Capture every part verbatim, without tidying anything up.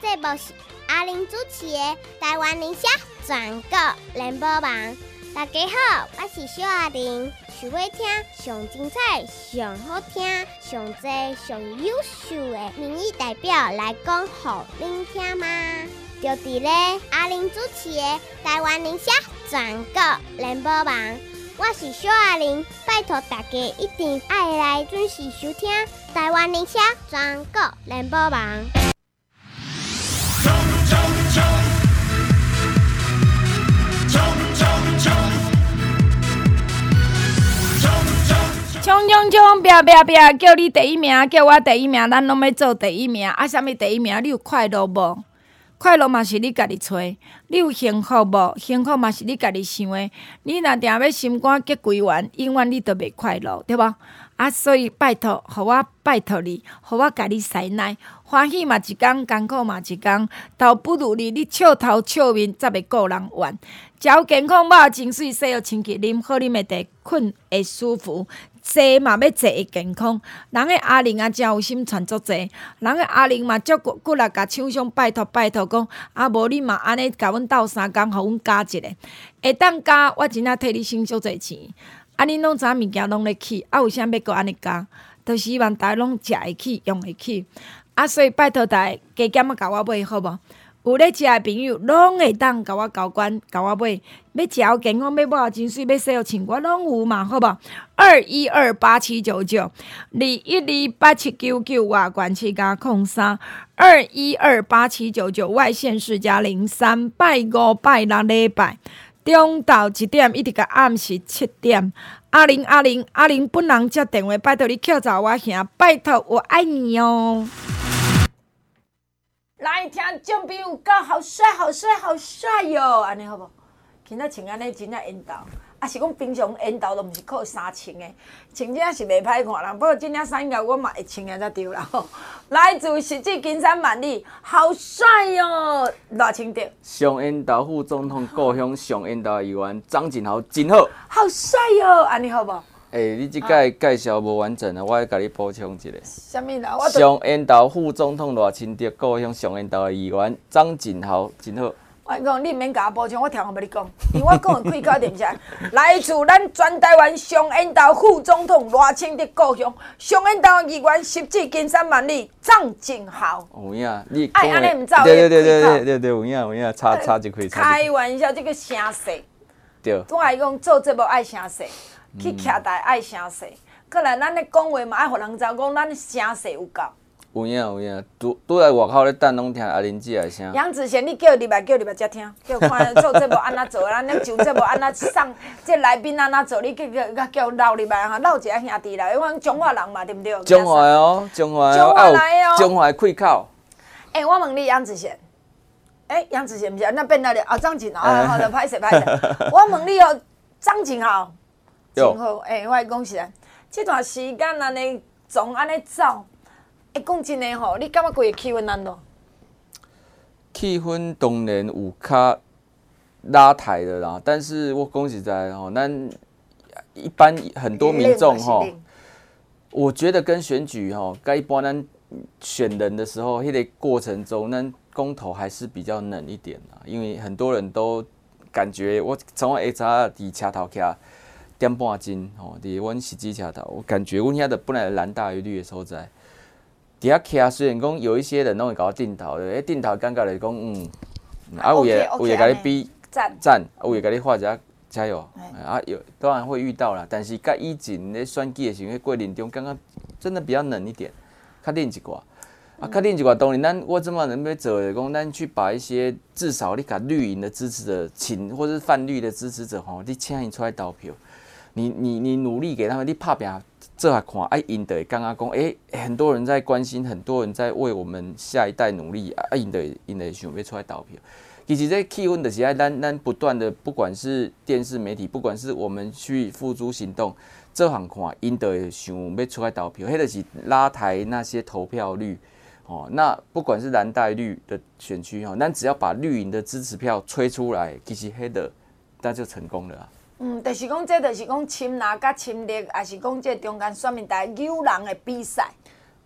节目是阿玲主持的台湾宁夏全国联播网。大家好，我是小阿玲。想要听上精彩、上好听、上多、上优秀的民意代表来讲给您听吗？就伫咧阿玲主持的台湾宁夏全国联播网。我是小阿玲，拜托大家一定爱来准时收听台湾宁夏全国联播网。 冲冲冲！冲冲冲！ 冲冲冲！拼拼拼！叫你第一名，叫我第一名，咱拢要做第一名。啊，啥物第一名？你有快乐无？快乐嘛是你家己找。你有幸福无？幸福嘛是你家己想的。你若定要心肝结归完，永远你都袂快乐，对无？啊，所以拜托，互我拜托你，互我甲你塞奶。欢喜嘛一天，艰苦嘛一天。倒不如你，你笑头笑面，才袂顾人怨。食健康饱，情绪洗好清气，啉好啉的茶，困会舒服。坐嘛要坐会健康，人的阿玲啊真有心传足济，人的阿玲嘛足骨骨力甲厂商拜托拜托讲，啊无你嘛安尼甲阮斗三工，互阮加一个，会当加我真正替你省足济钱。啊，恁拢知影物件拢咧起，啊为啥要搁安尼加？著、就是希望大家拢食会起，用会起。啊，所以拜托大家加减啊，甲我买好无？有咧食的朋友，拢会当甲我交关，甲我买。要食好健康，要抹真水，要洗好穿，我拢有嘛，好无？二一二八七九九，二一二八七九九，外关七加空三，二一二八七九九，外县市加零三，拜五拜六礼拜，中昼一点一直到暗时七点。阿玲阿玲阿玲本人接电话，拜托你扣走我兄，拜托我爱你哦。来听奖品有够好帅好帅好帅哟，安尼好无？今仔穿安尼真正缘投，啊是讲平常缘投都毋是靠衫穿的，穿这是袂歹看人。不过这件衫应该我嘛会穿的才对啦吼。来自实际金山万里，好帅哟！偌穿着。 上缘投副总统故乡上缘投议员张景豪真好。 好帅哟，安尼好无？ 诶、欸，你即摆介绍无完整啊，我要甲你补充一下。 啥物啦？我上缘投副总统赖清德故乡上缘投的议员张景豪真好。 我讲你毋免甲我补充，我听我要你讲，因为我讲的开口点啥？来自咱全台湾上缘投副总统赖清德故乡上缘投议员十指金山万里张景豪。 有影，你爱安尼毋走？ 对对对对对对对，有影有影，差差一开。 开玩笑，这个声势。 对。 我来讲做节目爱声势。去徛台爱声势，过来咱咧讲话嘛爱互人知讲咱声势有够。 有影有影，拄拄来外口咧等，拢听阿玲姐的声。 杨子贤，你叫入来，叫入来才听，叫看做节目安怎做，咱咧上节目安怎送，这来宾安怎做，你叫叫叫捞入来哈，捞一个兄弟来，因为中华人嘛，对不对？ 中华哦，中华哦， 中华来哦， 中华开口。 诶，我问你杨子贤，诶，杨子贤毋是那变到了啊？张景豪，啊，好的，歹势歹势，我问你哦，张景豪。真好，诶、欸，我讲实在，这段时间安尼总安尼走，诶，讲真诶吼，你感觉规个气氛安怎？ 气氛当然有较拉抬的啦，但是我讲实在吼，咱一般很多民众吼，我觉得跟选举吼，该一般咱选人的时候，迄、那个过程中，咱公投还是比较冷一点啦，因为很多人都感觉我从我下早伫车头徛。点半钟吼，伫阮实际车头，我感觉阮遐的本来蓝大于绿的所在，伫遐徛虽然讲有一些人拢会甲我定头的，诶，定头感觉就是讲嗯，啊有诶有诶甲你比赞赞，有诶甲你画一下加油，啊有当然会遇到啦，但是甲以前咧选举的时候，迄过程中感觉真的比较冷一点，较冷一寡。啊，较冷一寡，当然咱我这么人要做的讲，咱去把一些至少你甲绿营的支持者请，或是泛绿的支持者吼，你请伊出来投票。你你你努力给他们，你拍拼做下看，哎，因的刚刚讲，哎，很多人在关心，很多人在为我们下一代努力，啊，因的因的想要出来投票。其实这气氛就是爱咱咱不断的，不管是电视媒体，不管是我们去付诸行动，做项看，因的想要出来投票，迄就是拉抬那些投票率。哦，那不管是蓝带绿的选区哈，咱只要把绿营的支持票吹出来，其实迄个那就成功了啊。 嗯，就是讲，这就是讲亲蓝甲亲绿，还是讲这中间选民大家友人的比赛。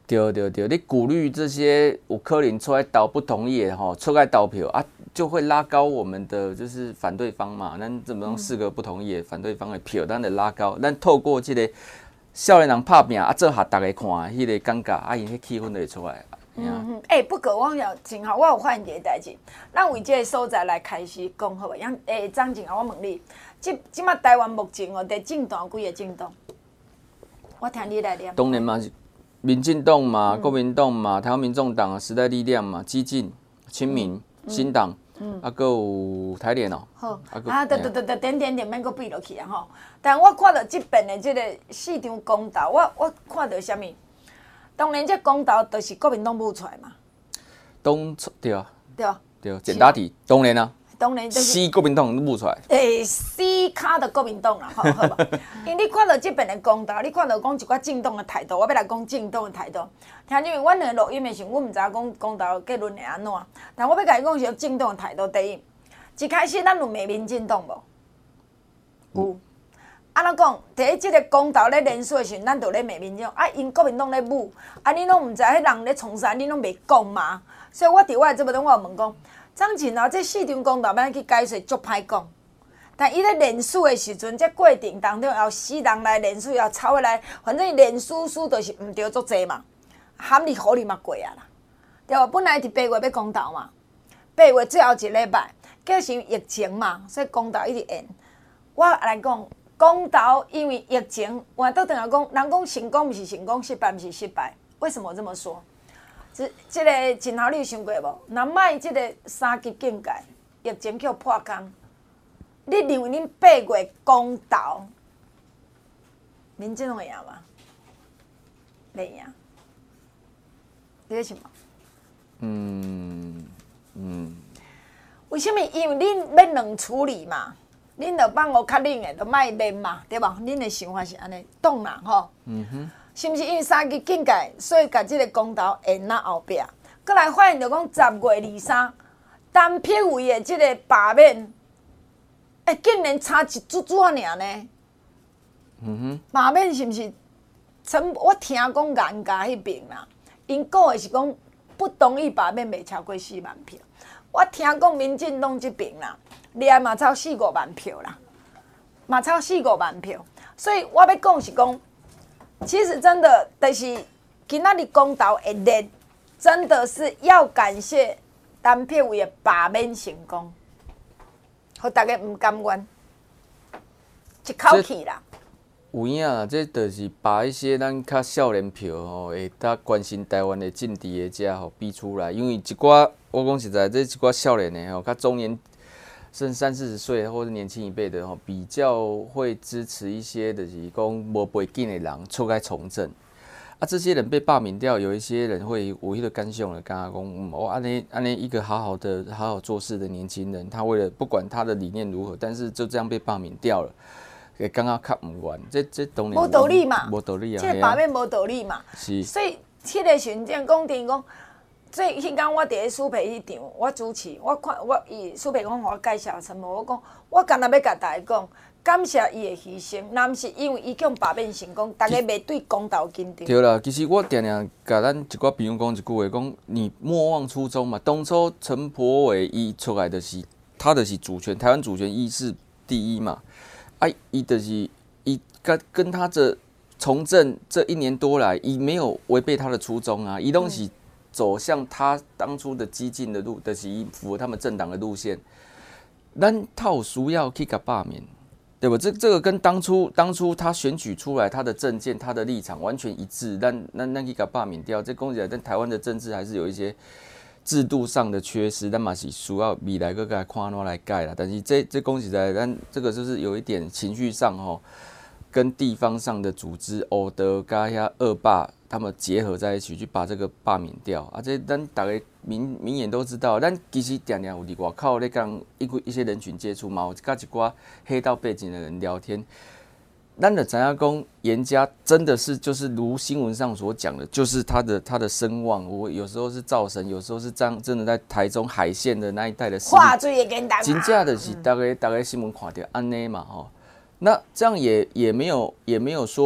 对对对，你鼓励这些有可能出来投不同意的吼，出来投票啊，就会拉高我们的就是反对方嘛。咱怎么用四个不同意的反对方的票，咱就拉高。咱透过这个少年人拍拼啊，做下大家看，迄、那个感觉啊，因迄气氛就会出来。 嗯嗯，哎、欸，不过我有真好，我有发现一个代志，咱为这个所在来开始讲好吧？样诶，张静啊，我问你，即即马台湾目前哦，伫政党几个政党？我听你来念。 当然嘛是。民进党嘛，国民党嘛，台湾民众党、时代力量嘛，激进、亲民、嗯、新党，嗯，啊，还有台联哦。好， 啊，对对对对，点点点免搁比落去啊吼。但我看到这边的这个四场公投，我我看到什么？当然，这公投就是国民党舞出来嘛。当对啊。 对啊。 对，简答题，当然啊。 当然就是。 死国民党舞出来。 诶，死卡的国民党啦，好好吧？因为你看到这边的公投，你看到讲一寡政党的态度，我要来讲政党的态度。听因为阮两个录音的时候，我唔知影讲公投结论会安怎，但我要甲你讲是政党的态度。第一，一开始咱有骂民进党无？有。安怎讲？第一，即个公投咧连续的时候，咱就咧骂民进党，啊，因国民党咧舞，啊，你拢唔知迄人咧创啥，你拢袂讲嘛？所以我伫我的节目中，我有问讲。张静啊，这四场公投要去解说，足歹讲。但伊咧连署的时阵，这过程当中要死人来连署，要抄来，反正连署数就是毋对足济嘛，喊你好你嘛过啊啦，对无？本来伫八月要公投嘛，八月最后一礼拜，加上疫情嘛，所以公投一直延。我来讲，公投因为疫情，换倒转来讲，人讲成功毋是成功，失败毋是失败，为什么我这么说？这这个真好，你有想过无？若卖这个三级警戒，疫情叫破空，你认为恁八月公投，民进党会赢吗？袂赢。你在想吗？嗯嗯。为什么？因为恁要两处理嘛，恁着放互较冷的，着卖冷嘛，对吧？恁的想法是安尼，懂啦吼。嗯哼。是毋是因为三级警戒，所以甲即个公投延到后壁？搁来发现着讲十月二三，单票位的即个罢免，哎、欸，竟然差一组组啊尔呢？嗯哼。罢免是毋是？曾我听讲严家迄边啦，因讲的是讲不同意罢免，袂超过四万票。我听讲民进党这边啦，连嘛超四五万票啦，嘛超四五万票。所以我要讲是讲。其实真的，就是今仔日公投会热，真的是要感谢单票位的罢免成功，互大家唔甘愿，一口气啦。 有影啦，这就是把一些咱较少年票吼，会较关心台湾的政治的遮吼逼出来，因为一寡我讲实在，这一寡少年的吼，较中年。甚至三四十岁或者年轻一辈的吼，比较会支持一些就是讲无背景的人出来从政。啊，这些人被罢免掉，有一些人会有迄个感想了，刚刚讲，嗯，我安尼安尼一个好好的、好好做事的年轻人，他为了不管他的理念如何，但是就这样被罢免掉了，也刚刚看唔完，这这当然无道理嘛， 无道理啊， 这个罢免无道理嘛， 是， 所以这个时阵讲等于讲。所以迄天我伫咧苏培迄场，我主持，我看我伊苏培讲互我介绍什么，我讲我干那要甲大家讲，感谢伊的牺牲，若毋是因为伊叫罢免成功，大家袂对公投紧张。 对啦，其实我定定甲咱一寡朋友讲一句话，讲你莫忘初衷嘛。当初陈柏惟伊出来的是，他的是主权，台湾主权意识第一嘛。啊，伊就是伊跟跟他这从政这一年多来，伊没有违背他的初衷啊，伊拢是。走向他当初的激进的路，就是符合他们政党的路线。咱套需要去给罢免，对吧？这这个跟当初当初他选举出来他的政见、他的立场完全一致。但那那去给罢免掉，这讲起来，但台湾的政治还是有一些制度上的缺失，但嘛是需要未来个个看怎来改啦。但是这这讲起来，但这个就是有一点情绪上吼。跟地方上的组织欧德加遐恶霸他们结合在一起，去把这个罢免掉啊！这咱大家明明眼都知道，咱其实常常有伫外口咧跟一一些人群接触嘛，有甲一寡黑道背景的人聊天，咱就知影讲严家真的是就是如新闻上所讲的，就是他的他的声望，我有时候是造神，有时候是真真的在台中海线的那一带的话最也简单， 真正的是大家大家新闻看到安尼嘛吼。那这样也也没有也没有说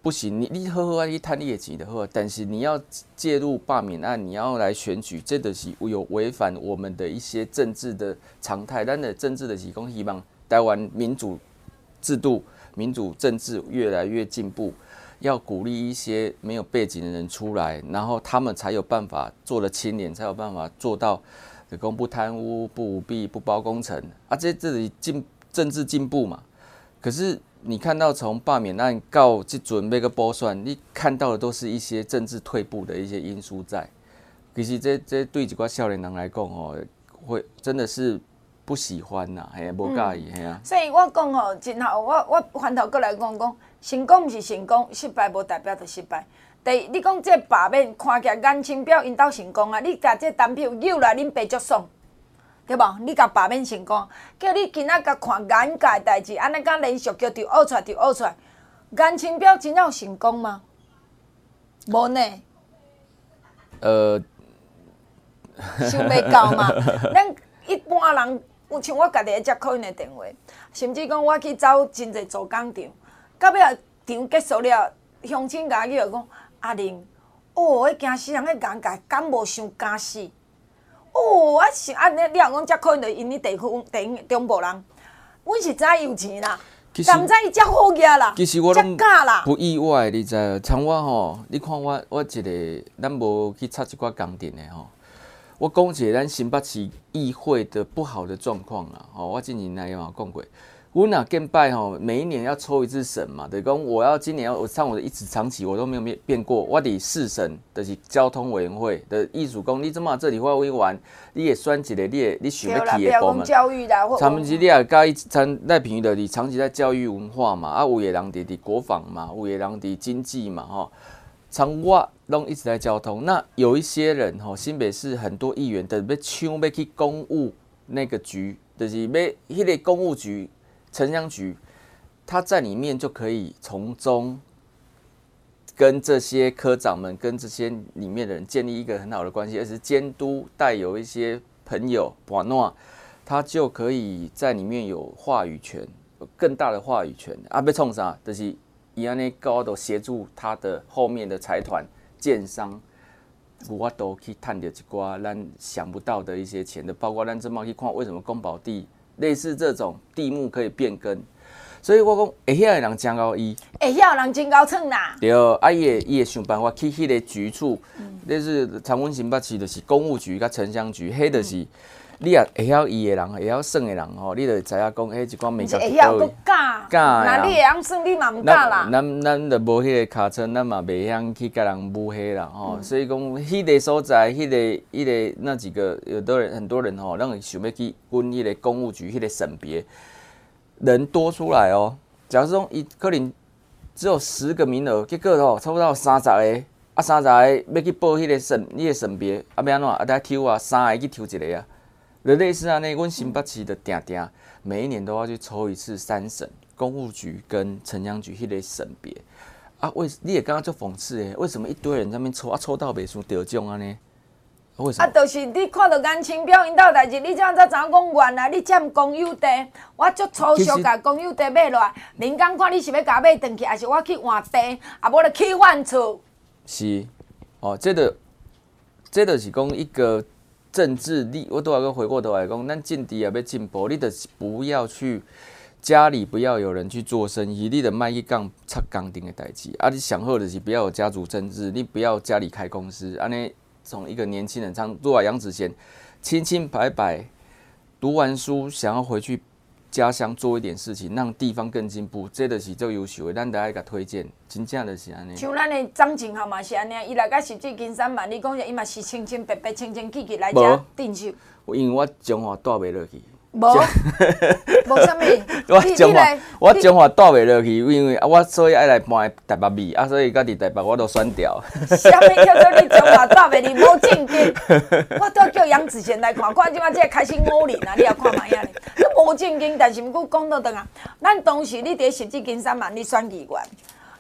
不行，你你好好啊，你赚你的钱就好，但是你要介入罢免案，你要来选举，这就是有违反我们的一些政治的常态。咱的政治的是讲，希望台湾民主制度、民主政治越来越进步，要鼓励一些没有背景的人出来，然后他们才有办法做了清廉，才有办法做到公不贪污、不舞弊、不包工程啊，这这里进政治进步嘛。可是你看到从罢免案到这准备个补选，你看到的都是一些政治退步的一些因素在。其实这这对一寡少年人来讲哦，会真的是不喜欢呐，嘿，无介意，嘿啊。 所以我讲吼，真好，我我翻头过来讲讲，成功是成功，失败无代表着失败。第一，你讲这罢免看起来颜清标因兜成功啊，你甲这单票扭来恁爸足爽，对无？你甲罢免成功，叫你今仔甲看颜家的代志，安尼甲连续叫着恶出来就恶出来，颜清标真正有成功吗？无呢。 呃， 想袂到嘛，咱一般人，有像我家己会接客运的电话，甚至讲我去走真侪做工场，到尾啊场结束了，乡亲甲我叫讲阿玲，哦，迄惊死人，迄眼界敢无伤敢死？哦，啊是安尼，你若讲接客运就因你地区地中部人，阮是知有钱啦，但毋知伊遮好业啦， 其实我拢啦不意外，你知？像我吼，你看我我一个，咱无去插一寡工程的吼。我讲一个咱新北市议会的不好的状况啦，吼，我之前来也有讲过。我若建拜吼，每一年要抽一次审嘛，就是讲我要今年要我上我的一直长期我都没有变过，我伫市审就是交通委员会的艺术工，你怎么这里话委员，你也选一个你也你想要去的部门。 教育啦，或长期你也甲伊参赖平的，你长期在教育文化嘛，啊有的人伫伫国防嘛，有的人伫经济嘛，吼。像我拢一直在交通，那有一些人吼，新北市很多议员的要抢要去公务那个局，就是要迄个公务局。城乡局，他在里面就可以从中跟这些科长们、跟这些里面的人建立一个很好的关系，而是监督带有一些朋友，瓦诺，他就可以在里面有话语权，有更大的话语权。啊，要创啥？就是伊安尼高度协助他的后面的财团、建商，有法度去探到一寡咱想不到的一些钱的，包括咱这么去看为什么公保地。类似这种地目可以变更，所以我讲会晓的人真够伊， 会晓的人真够创啦。 对，啊，伊会伊会想办法去迄个局处，那、嗯、是长阮新北市就是公务局甲城乡局，迄就是、嗯、你也会晓伊的人，会晓算的人吼，你就知影讲，迄一寡美甲会晓佫教，教那你会晓算，你嘛毋教啦。 咱咱就无迄个尻川，咱嘛袂晓去甲人舞迄啦吼、嗯。所以讲，迄个所在，迄、那个、迄、那个那几个，有的人很多人吼，让想要去跟迄个公务局迄个审别人多出来哦。假如说伊可能只有十个名额，结果吼差不多有三十个，啊三十个要去报迄个审，迄个审别，啊要安怎？啊得抽啊，三个去抽一个啊。就类似安尼，阮新北市的定定，每一年都要去抽一次三审，公务局跟城乡局迄个审别。啊，为你也刚刚就讽刺诶，为什么一堆人在那边抽啊，抽到袂输得奖安尼？为什么？ 啊，就是你看到颜清标因兜代志，你怎怎知影讲原来你占公有地？我足粗俗甲公有地买落来，人讲看你是要甲买转去，还是我去换地，啊无就起换厝。 是，哦，这个，这就是讲一个。政治力，我都要个回过头来讲，咱政治也要进步，你就是不要去家里不要有人去做生意，你得卖去讲插工程的代志，啊，你想好的是不要有家族政治，你不要家里开公司，安尼从一个年轻人，像若杨子贤，清清白白读完书，想要回去家乡做一点事情，让地方更进步，这就是最优秀的，咱得爱甲推荐，真正就是安尼。 像咱的张静豪嘛是安尼，伊来甲实际金山嘛，你讲伊嘛是清清白白、清清气气来遮定秀。 因为我中华带袂落去。 无，无啥物。 我中华，我中华带袂落去，因为我所以爱来搬台北米，啊，所以家己台北我都选掉。 啥物叫做你中华带袂去？无正经。我都要叫杨子贤来看，看即摆即个开心五年啊，你也看卖啊哩。你无正经，但是毋过讲到倒啊，咱当时你伫实际金山嘛，你选议员，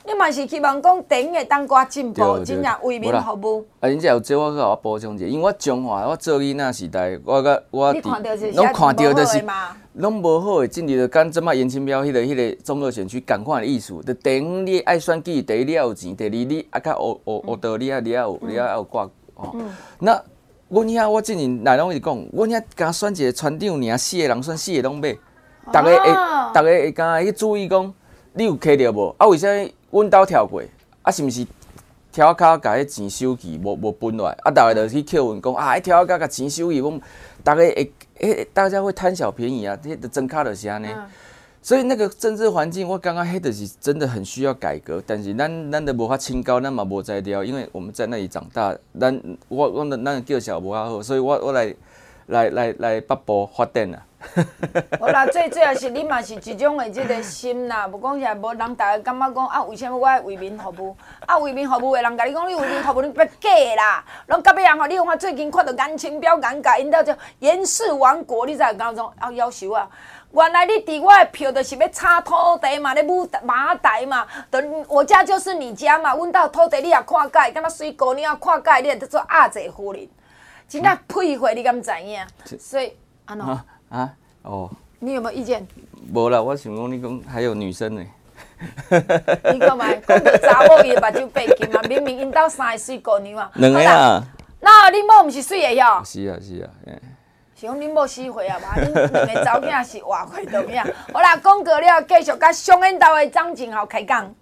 你嘛是希望讲电影会当搁进步，真正为民服务。 啊，恁这有这我搁我补充一下，因为我中华我做囡仔时代，我甲我你看到是拢看到就是嘛。 拢无好诶，进入着敢即马严清标迄个迄个中二选区共款诶意思。就第一你爱选举，第一你要有钱，第二你啊较学学学道理啊，你要有你要有挂哦。那阮遐我之前内拢是讲，阮遐敢选一个村长尔，四个人选四个拢买，逐个会逐个会敢去注意讲，你有摕着无？啊为啥阮兜跳过？啊是毋是跳骹甲迄钱收去，无无分落来？啊逐个就去扣阮讲啊，迄跳骹甲钱收去，阮逐个会。诶，大家会贪小便宜啊，这的真卡就是安尼。嗯、所以那个政治环境，我刚刚黑的是真的很需要改革，但是咱咱的无法清高，咱嘛无在了，因为我们在那里长大，咱我我咱咱叫小无较好，所以我我来来来来北部发展啊。 好啦，最主要是你嘛是一种的这个心啦，无讲是无人大家感觉讲啊，为什么我要为民服务？啊，为民服务的人甲你讲，你为民服务你别假啦！拢隔壁人吼，你有看最近看到颜清标颜甲因到叫严氏王国，你才会讲种啊夭寿啊！原来你伫我的票就是要插土地嘛，咧舞马台嘛，等我家就是你家嘛，阮兜土地你也看解，敢若水姑娘看解，你也得做阿姐夫人，真正屁话，你敢知影？所以安怎？ 啊哦， 你有没有意见？ 无啦，我想讲你讲还有女生呢。 你看嘛，讲到查某伊目睭白金嘛，明明因兜三个水姑娘啊。 两个啊。 那恁某毋是水的哟？ 是啊是啊。 是讲恁某死岁啊嘛？恁两个查某囝是活岁倒囝。好啦，讲过了，继续甲上演台的张静豪开讲。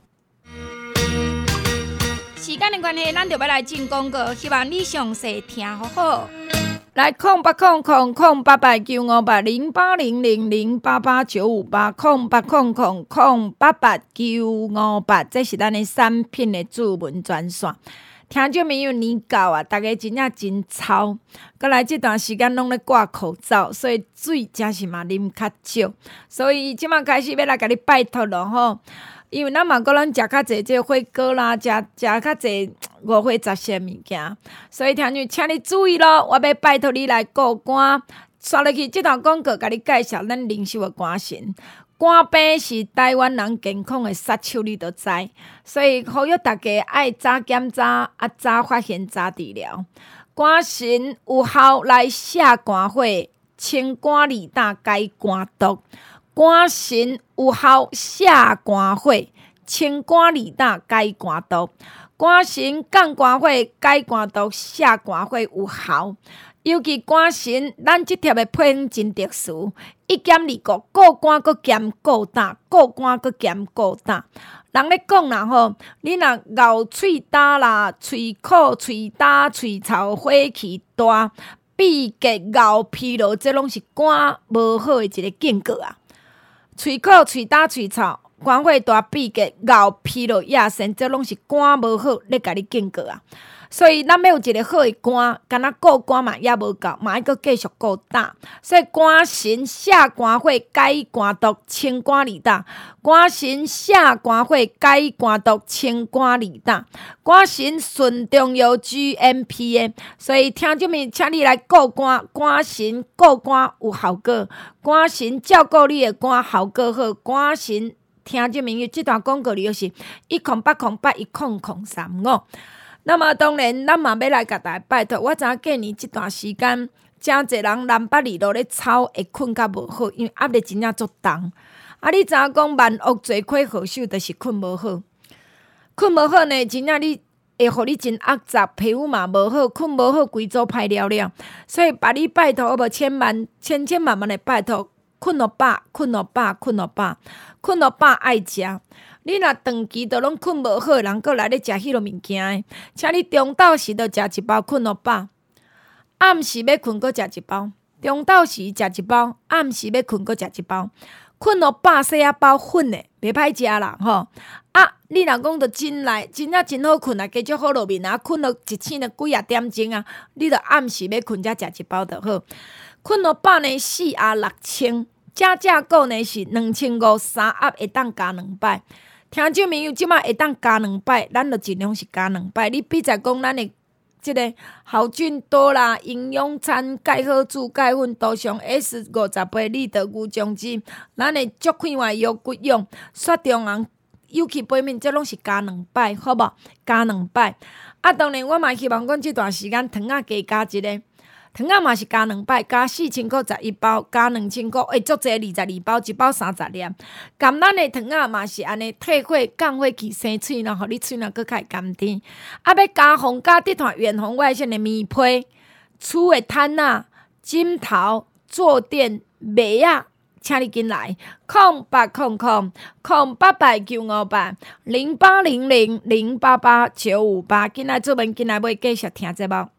时间的关系，咱就要来进广告，希望你详细听好好。 来，空八空空空八八九五八零八零零零八八九五八空八空空空八八九五八，这是咱的产品的主文专线。听众朋友年到啊，大家真正真操。过来这段时间拢咧挂口罩，所以水真是嘛啉较少。所以即马开始要来甲你拜托咯吼。因为咱嘛个咱食较济这火锅啦，食食较济五花杂些物件，所以听众请你注意咯，我要拜托你来顾肝。刷落去这段广告，甲你介绍咱零售的肝神。肝病是台湾人健康的杀手，你都知。所以呼吁大家爱早检查，啊早发现早治疗。肝神有效来下肝火、清肝利胆、解肝毒。肝神有效下肝火、清肝利胆、解肝毒。肝神降肝火、解肝毒、下肝火有效。尤其肝神，咱即贴的配方真特殊，一减二顾，顾肝搁兼顾胆，顾肝搁兼顾胆。人咧讲啦吼，你若咬喙焦啦、喙苦、喙焦、喙臭、火气大、闭结、咬疲劳，这拢是肝无好的一个警告啊。喙苦、喙焦、喙臭、肝火大、闭结、咬疲劳、亚神，这拢是肝无好，咧甲你警告啊。所以咱要有一个好的肝，敢若顾肝嘛也无够，嘛要阁继续顾胆。所以肝神下肝火、解肝毒、清肝利胆。肝神下肝火、解肝毒、清肝利胆。肝神顺中药 G M P 的，所以听众们，请你来顾肝，肝神顾肝有效果，肝神照顾你的肝效果好，肝神听众朋友，这段广告里就是一空八空八一空空三五。那么当然，咱嘛要来甲大家拜托。我知影过年这段时间，真侪人南北二路咧吵，会困较无好，因为压力真正足重。啊，你知影讲万恶罪魁祸首，就是困无好。困无好呢，真正你会互你真压杂，皮肤嘛无好，困无好，规组歹了了。所以把你拜托，好无千万千千万万的拜托，困落饱，困落饱，困落饱，困落饱爱食。你若长期都拢困无好，人搁来咧食迄落物件诶，请你中昼时就食一包困落饱，暗时要困搁食一包，中昼时食一包，暗时要困搁食一包。困落饱细仔包粉诶，袂歹食啦吼。啊，你若讲着真来，真正真好困啊，加足好落面啊，困落一醒了几啊点钟啊，你着暗时要困才食一包就好。困落饱呢四盒六千，正正购呢是两千五，三盒会当加两摆。听众朋友，即马会当加两摆，咱就尽量是加两摆。你比在讲咱的即个好菌多啦，营养餐、钙好珠、钙粉、多上 S 五十倍、利得牛酱汁，咱的足快活腰骨用，雪中红尤其杯面，这拢是加两摆，好无？加两摆。啊，当然我嘛希望讲即段时间糖仔加加一个，糖仔嘛是加两摆，加四千块十一包，加两千块，会足济二十二包，一包三十粒。甘咱的糖仔嘛是安尼退火降火气生喙咯，互你喙若搁较会甘甜。啊，要加红加这团远红外线的棉被、厝的毯仔、枕头、坐垫、袜仔。请你进来，空八空空空八八九五八零八零零零八八九五八，进来做门，进来要继续听节目。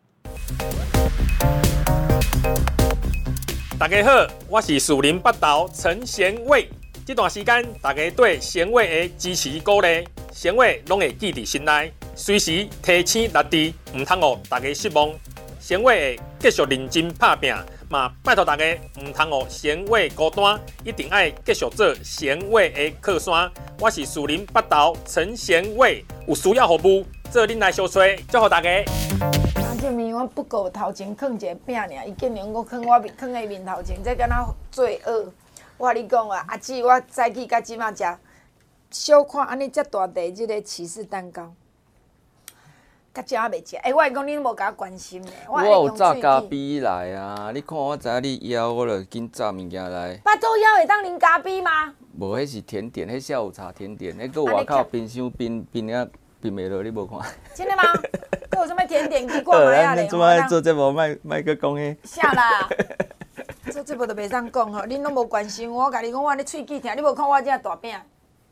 大家好，我是树林北投陈贤伟。这段时间，大家对贤伟的支持鼓励，贤伟拢会记伫心内，随时提醒力滴，唔通互大家失望。贤伟会继续认真打拼。嘛，拜托大家唔通学贤伟孤单，一定爱继续做贤伟的靠山。我是树林北投陈贤伟，有需要服务，做恁来相吹，祝福大家。 那这面我不过头前放一个饼尔，伊竟然我放我面放喺面头前，这敢若罪恶。我甲你讲啊，阿姊，我早起甲即马食小看安尼遮大地即个起司蛋糕。甲只仔袂食，诶、欸，我讲你无甲我关心咧。 我有炸咖啡来啊！你看我知影你枵，我就紧炸物件来。 巴肚枵会当啉咖啡吗？ 无，迄是甜点，迄下午茶甜点，迄个外口冰箱冰冰啊冰袂落，你无看？ 真的吗？佫有啥物甜点去看卖啊咧？ 做摆做节目，莫莫佫讲迄。 啥啦？做节目都袂当讲吼，恁拢无关心我。我甲你讲，我咧喙齿疼，你无看我遮大饼？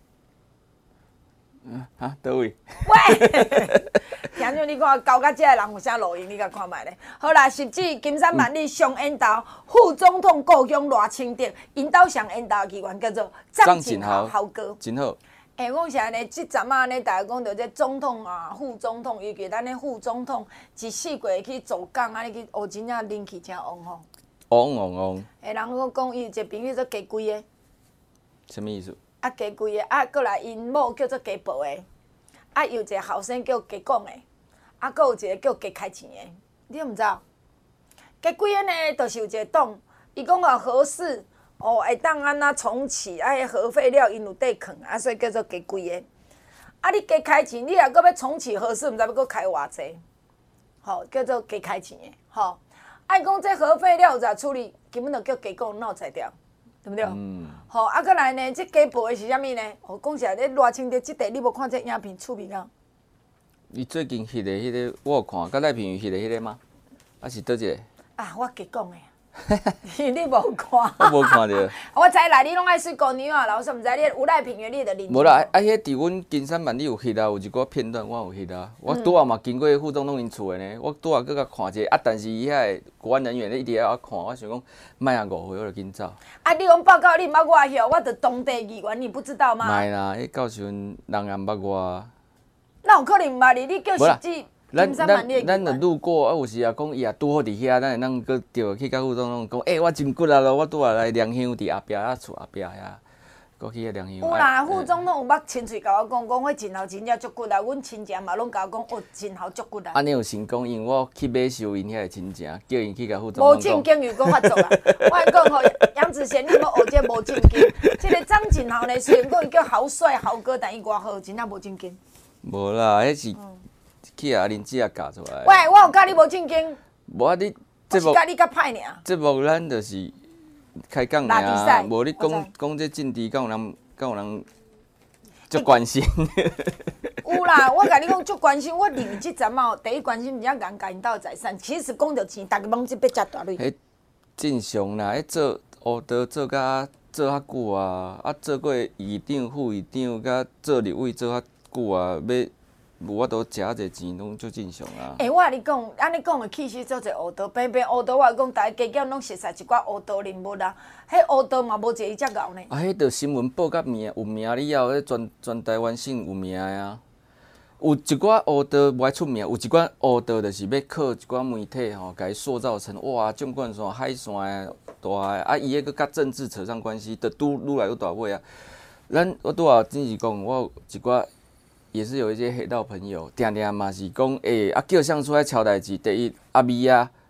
嗯，哈，倒位？ 喂！听像你看交到遮的人有啥路用？你甲看卖咧。好啦，十指金山万里上缘投，副总统故乡热清德，因兜上缘投的议员叫做张锦豪豪哥。 真好。 诶、欸，讲是安尼，即阵啊，安尼大家讲到这总统啊、副总统，尤其咱咧副总统一四过去做工，安尼去学真正人气真旺吼。 旺旺旺！ 诶，人讲讲伊有一个朋友做加贵的。 什么意思？ 啊，加贵的，啊，过来因某叫做加宝的，啊，有一个后生叫加讲的。啊，阁有一个叫加开钱的，你毋知？加贵个呢，就是有一个党，伊讲哦合适，哦会当安那重启，啊，迄核废料因有地囥，啊，所以叫做加贵个。啊，你加开钱，你若阁要重启核适，毋知要阁开偌济？吼，叫做加开钱的，吼。啊，讲这核废料有咋处理，根本就叫加讲闹裁掉，对不对？嗯。吼，啊，过来呢，这加报的是啥物呢？哦，讲实在，咧热清德即地，你无看这影片出名啊？ 伊最近翕的迄个，我有看，甲赖平翕的迄个吗？啊是倒一个？ 啊，我加讲的。你无看？ 我无看着。 我知来，你拢爱水姑娘啊，老师毋知你有赖平原，你就认。 无啦，啊，迄伫阮金山万里有翕啊，有一寡片段我有翕啊。我拄仔嘛经过副总统因厝的呢，我拄仔搁甲看一下，啊，但是伊遐国安人员咧一直要看，我想讲，莫啊误会，我就紧走。 啊，你讲报告你毋捌我晓，我着当地议员，你不知道吗？ 莫啦，迄到时阵人也毋捌我。 那有可能毋捌你？你叫实际。 咱咱咱就路过，啊有时也讲伊也拄好伫遐，咱会当搁着去甲副总统讲，诶、欸，我真骨力咯，我拄仔来凉香伫后壁啊厝后壁遐，搁去遐凉香。 有啦，副总统有捌亲嘴甲我讲，讲迄真头真正足骨力，阮亲戚嘛拢甲我讲，哦，真头足骨力。 安尼有成功，因为我去买收因遐个亲情，叫因去甲副总统讲。 无正经又讲发作啦！我讲吼，杨子贤，你莫学这无正经。这个张锦豪呢，虽然讲伊叫豪帅豪哥，但伊偌好，真正无正经。 无啦，迄是。嗯去啊，林子也教出来。 喂，我有教你无正经。 无啊，你节目教你较歹尔。 节目咱就是开讲尔，无你讲讲这政治，敢有人敢有人足关心。 有啦，我甲你讲足关心，我认为即阵哦，第一关心人家人家因兜财产，其实讲到钱，逐个忙即要食大类。 迄正常啦，迄做乌道做甲做较久啊，啊做过议长、副议长，甲做立委做较久啊，要。无法度食这钱，拢足正常啊。 诶、欸，我甲你讲，安尼讲的气势做者乌道，偏偏乌道我讲，大家加减拢熟悉一寡乌道人物啊。迄乌道嘛无一个伊遮敖呢。 啊，迄着新闻报甲名有名了后，迄全全台湾省有名的啊。有一寡乌道无爱出名，有一寡乌道就是要靠一寡媒体吼，甲伊塑造成哇，纵贯线、海线的大个，啊，伊迄个甲政治扯上关系，着拄愈来愈大尾啊。咱我拄仔真是讲，我有一寡。也是有一些黑道朋友，定定嘛是讲，诶、欸，啊叫上出来敲代志，第一阿咪啊，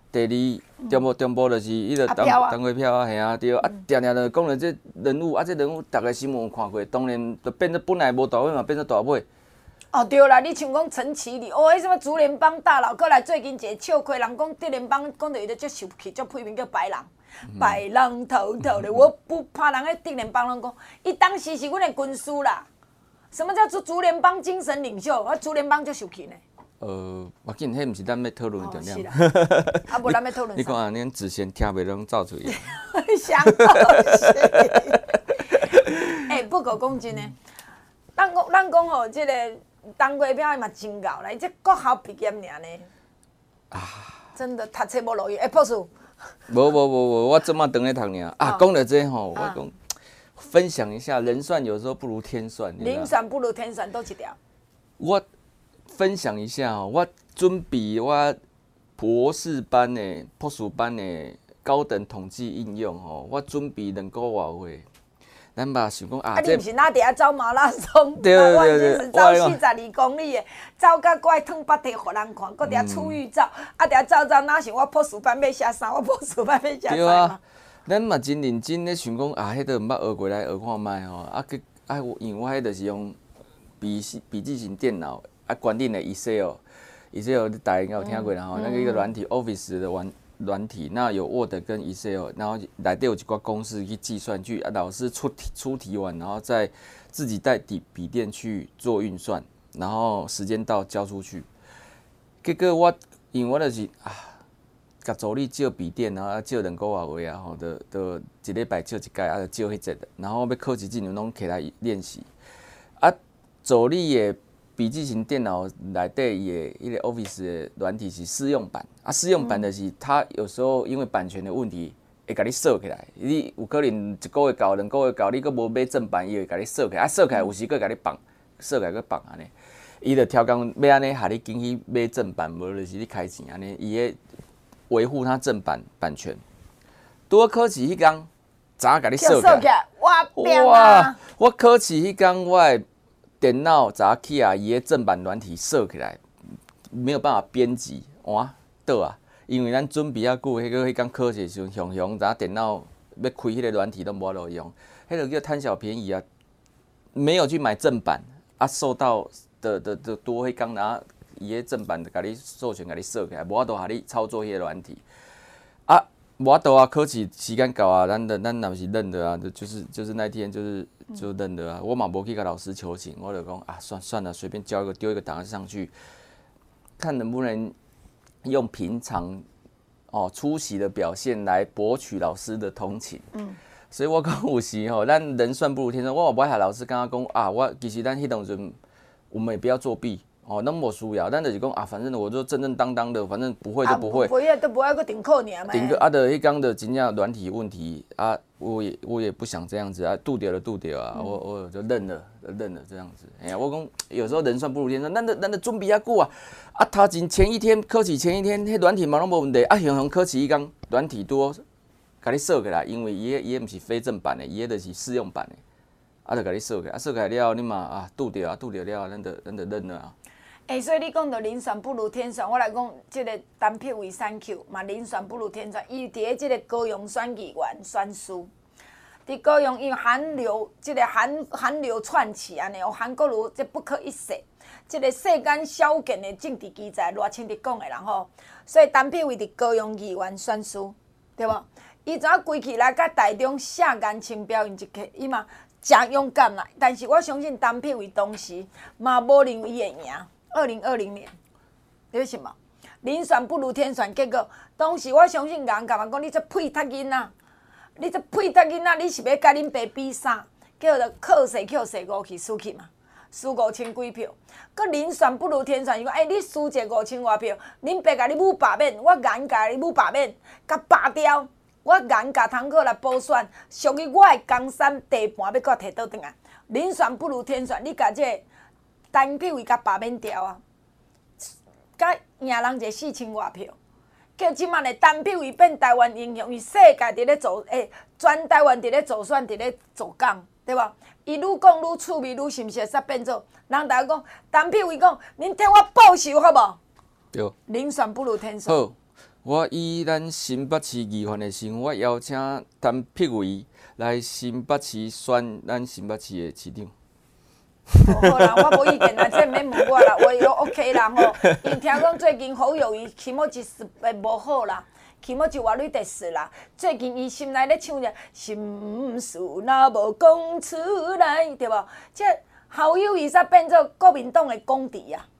第二中部中部就是迄个当当过票啊，嘿啊，对啊，定定就讲了这人物啊，这人物逐个新闻有看过，当然就变做本来无大尾嘛，变做大尾。 哦，对啦，你像讲陈其礼，哦，迄什么竹联帮大佬，过来最近一个笑亏人讲竹联帮，讲到伊就足受气，足批评叫白人，白人头头的，我不怕人迄竹联帮人讲，伊当时是阮的军师啦。什么叫做竹联帮精神领袖？我竹联帮足受气呢。呃， 我紧，迄毋是咱要讨论的重点。 啊，无咱要讨论。 你讲啊，恁之前听袂拢走出去。 想到是。哎，不可讲真的，咱讲咱讲吼，即个当过票嘛真够啦，伊这国校毕业尔呢。啊。真的，读册无路用。哎，博士。无无无无，我即马当咧读尔。啊，讲到这吼，我讲分享一下，人算有时候不如天算。 人算不如天算，倒一条。 我。分享一下哦，我准备我博士班的、博士班的高等统计应用哦，我准备两个月会，咱吧想讲啊， 啊，你毋是哪伫遐走马拉松？ 对对对对， 是走四十二公里的，走到怪烫八体互人看，搁伫遐出预照，啊，伫遐走走，哪想我博士班要写啥？我博士班要写啥？ 对啊，咱嘛真认真咧想讲啊，迄个毋捌学过来学看卖吼，啊，佮啊，因为我迄个是用笔笔记型电脑。啊，管理的 Excel，Excel 大家应该有听过啦吼，嗯、那个一个软体 Office 的软软体，那有 Word 跟 Excel， 然后内底有一寡公式去计算，去啊老师出题出题完，然后再自己带笔笔电去做运算，然后时间到交出去。结果我因为我就是啊，甲助理借笔电，然后啊借两个月话啊吼，就就一礼拜借一届，啊就借迄节的，然后要考试之前拢起来练习。啊，助理的笔记型电脑内底伊的迄个 Office 的软体是试用版，啊，试用版就是它有时候因为版权的问题，会甲你锁起来。你有可能一个月到两个月到，你搁无买正版，伊会甲你锁起来，啊，锁起来有时搁甲你绑，锁起来搁绑安尼。伊就挑工要安尼，下你进去买正版，无就是你开钱安尼，伊会维护它正版版权。拄好考试迄天，早甲你锁起来。哇！我考试迄天，我的电脑早起啊，伊个正版软体锁起来，没有办法编辑，哇，倒啊！因为咱准备啊久，迄个迄天考试的时候，熊熊早电脑要开迄个软体都无路用，迄个叫贪小便宜啊，没有去买正版啊，受到的的的多迄天，然后伊个正版就甲你授权，甲你锁起来，无法度下你操作迄个软体啊。无法度啊，考试时间到啊，咱的咱若是认的啊，就是就是那天就是就认的啊。我嘛无去甲老师求情，我就讲啊，算算了，随便交一个丢一个档案上去，看能不能用平常哦出席的表现来博取老师的同情。嗯，所以我讲有时吼，咱人算不如天算。我嘛不爱老师跟他讲啊，我其实咱迄当阵我们也不要作弊。哦，那无需要，咱就是讲啊，反正我就正正当当的，反正不会就不会。 不会都不会个顶扣你啊嘛。 顶个啊的迄讲的真正软体问题啊，我也我也不想这样子啊，度掉了度掉啊，嗯、我我就认了认了这样子。哎呀，我讲有时候人算不如天算，咱的咱的准备啊久啊，啊头前前一天考试前一天，迄软体嘛拢无问题，啊雄雄考试迄讲软体多，甲你锁起来，因为伊个伊个毋是非正版的，伊个就是试用版的，啊就甲你锁起来，啊锁起来了你嘛啊度掉啊度掉了，咱就咱就认了啊。 哎、欸，所以你讲到人算不如天算，我来讲，即个单票为三 Q 嘛，人算不如天算。伊伫咧即个高雄选议员选书，伫高雄因为韩流，即、这个韩韩流窜起安尼，有韩国如这不可一世，即、这个世间少见的政治奇才，热清伫讲的人吼。所以单票为伫高雄议员选书，对无？伊怎啊规起来甲台中下眼青表演一刻，伊嘛真勇敢啦。但是我相信单票为当时嘛无认为伊会赢。二零二零年，你为什么？人算不如天算，结果当时我相信人甲我讲，你这屁读囡仔，你这屁读囡仔，你是要甲恁爸比啥？结果就考试考试五去输去嘛，输五千几票。佮人算不如天算，伊讲，哎、欸，你输一五千外票，恁爸甲你母罢免，我硬甲你母罢免，甲拔掉，我硬甲通过来补选，属于我的江山地盘要佮摕倒转来。人算不如天算，你甲这個单票伊甲罢免掉啊，甲赢人一个四千外票，叫即摆的单票伊变台湾英雄，伊世界伫咧做，诶，全台湾伫咧做选，伫咧做工，对无？伊愈讲愈趣味，愈是毋是会煞变做？人大家讲单票伊讲，恁替我报仇好无？ 对。 人算不如天算。 好， 我以咱新北市议员的身份，我邀请陈碧维来新北市选咱新北市的市长。 好啦，我无意见啦，这免问我啦，我有 OK 啦吼。因听讲最近侯友宜期末一时诶无好啦，期末就外女得势啦。最近伊心内咧唱着心事若无讲出来，对无？这侯友宜煞变做国民党的公敌啊？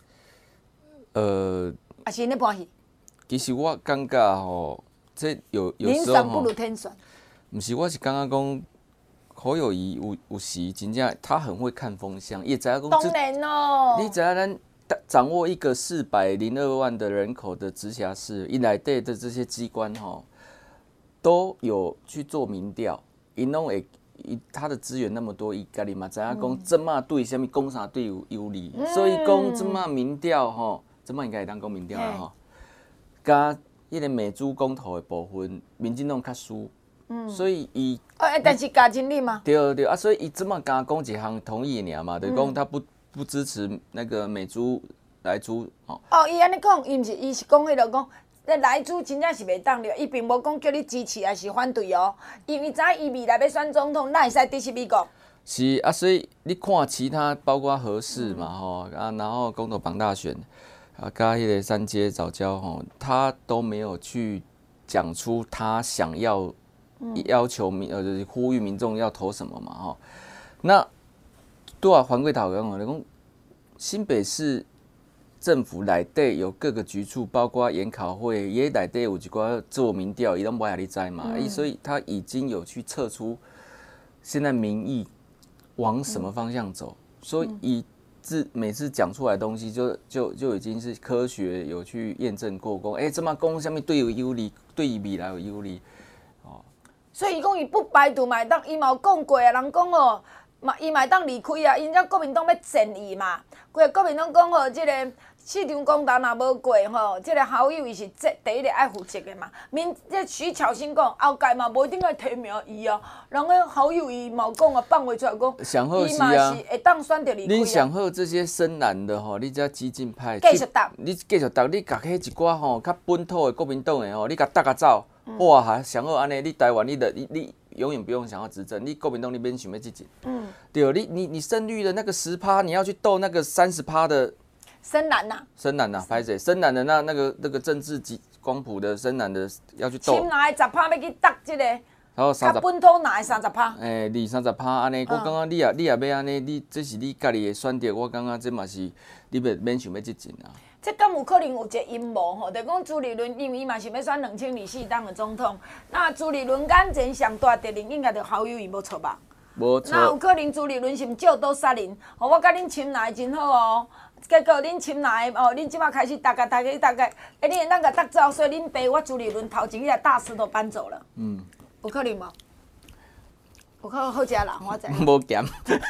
呃， 啊是咧搬戏？ 其实我感觉吼，这有有人时候吼算不如，天算。 毋是我是感觉讲。侯友宜有有时真正他很会看风向，也知影讲。 当然咯。 你知影咱掌握一个四百零二万的人口的直辖市，伊内底的这些机关吼，都有去做民调，因拢会，伊他的资源那么多，伊家己嘛知影讲，即马对什么讲啥对有有利， 嗯、 所以讲即马民调吼，即马应该会当讲民调啦吼，加迄个美猪公投的部分，民进党较输。嗯、所以伊， 哎、哦，但是加真理嘛。 对对啊，所以伊即马敢讲一项同意尔嘛，就是讲他不不支持那个美猪来猪哦。 哦，伊安尼讲，伊毋是，伊是讲迄落讲，那来猪真正是袂当了，伊并无讲叫你支持还是反对哦，因为知影伊未来要选总统，哪会使支持美国？ 是啊，所以你看其他包括核四嘛吼、嗯、啊，然后公投绑大选啊，加迄个三阶早教吼，他都没有去讲出他想要。要求民呃，就是呼吁民众要投什么嘛吼。那对啊，黄贵头讲哦，你讲新北市政府内底有各个局处，包括研考会，也内底有一寡做民调，伊拢无遐你知嘛，嗯、所以他已经有去测出现在民意往什么方向走，嗯、所以以自每次讲出来的东西就，就就已经是科学有去验证过，讲哎，这么讲什么对有有利，对伊未来有有利。 所以伊讲伊不排除嘛，当伊嘛有讲过啊，人讲哦，嘛伊嘛当离开啊，因遮国民党要战伊嘛，规个国民党讲吼，即个市长公投若无过吼，即个侯友宜是这第一个爱负责的嘛。民这徐巧芯讲后届嘛无一定要提名伊啊，人个侯友宜嘛有讲啊，放话出来讲，伊嘛是会当选着离开啊。 恁想好这些深蓝的吼，你遮激进派继续打， 你继续打，你甲迄一寡吼较本土的国民党的吼，你甲打甲走。哇，还想好安尼，你台湾你的你你永远不用想要执政，你国民党你免想要执政。嗯，对，你你你胜率的那个十趴，你要去斗那个三十趴的深蓝呐， 深蓝呐，拍谁？深蓝的那那个那个政治极光谱的深蓝的要去斗。 深蓝的十趴要去打这个，然后三十本土哪的三十趴？ 诶，二三十趴安尼，我感觉你也你也要安尼，你这是你家己的选择，我感觉这嘛是你免免想要执政啊。 这敢有可能有一个阴谋吼？就讲朱立伦，因为伊嘛是要选两千二四当的总统，那朱立伦眼前上大敌人应该就侯友宜无错吧？ 无错。 那有可能朱立伦是毋借刀杀人？吼，我甲恁亲来真好哦，结果恁亲来哦，恁即马开始大家大家大家，哎，恁咱甲搭走，所以恁爸我朱立伦头前迄个大石头搬走了。嗯，有可能无？有可能好食啦，我知。 无咸。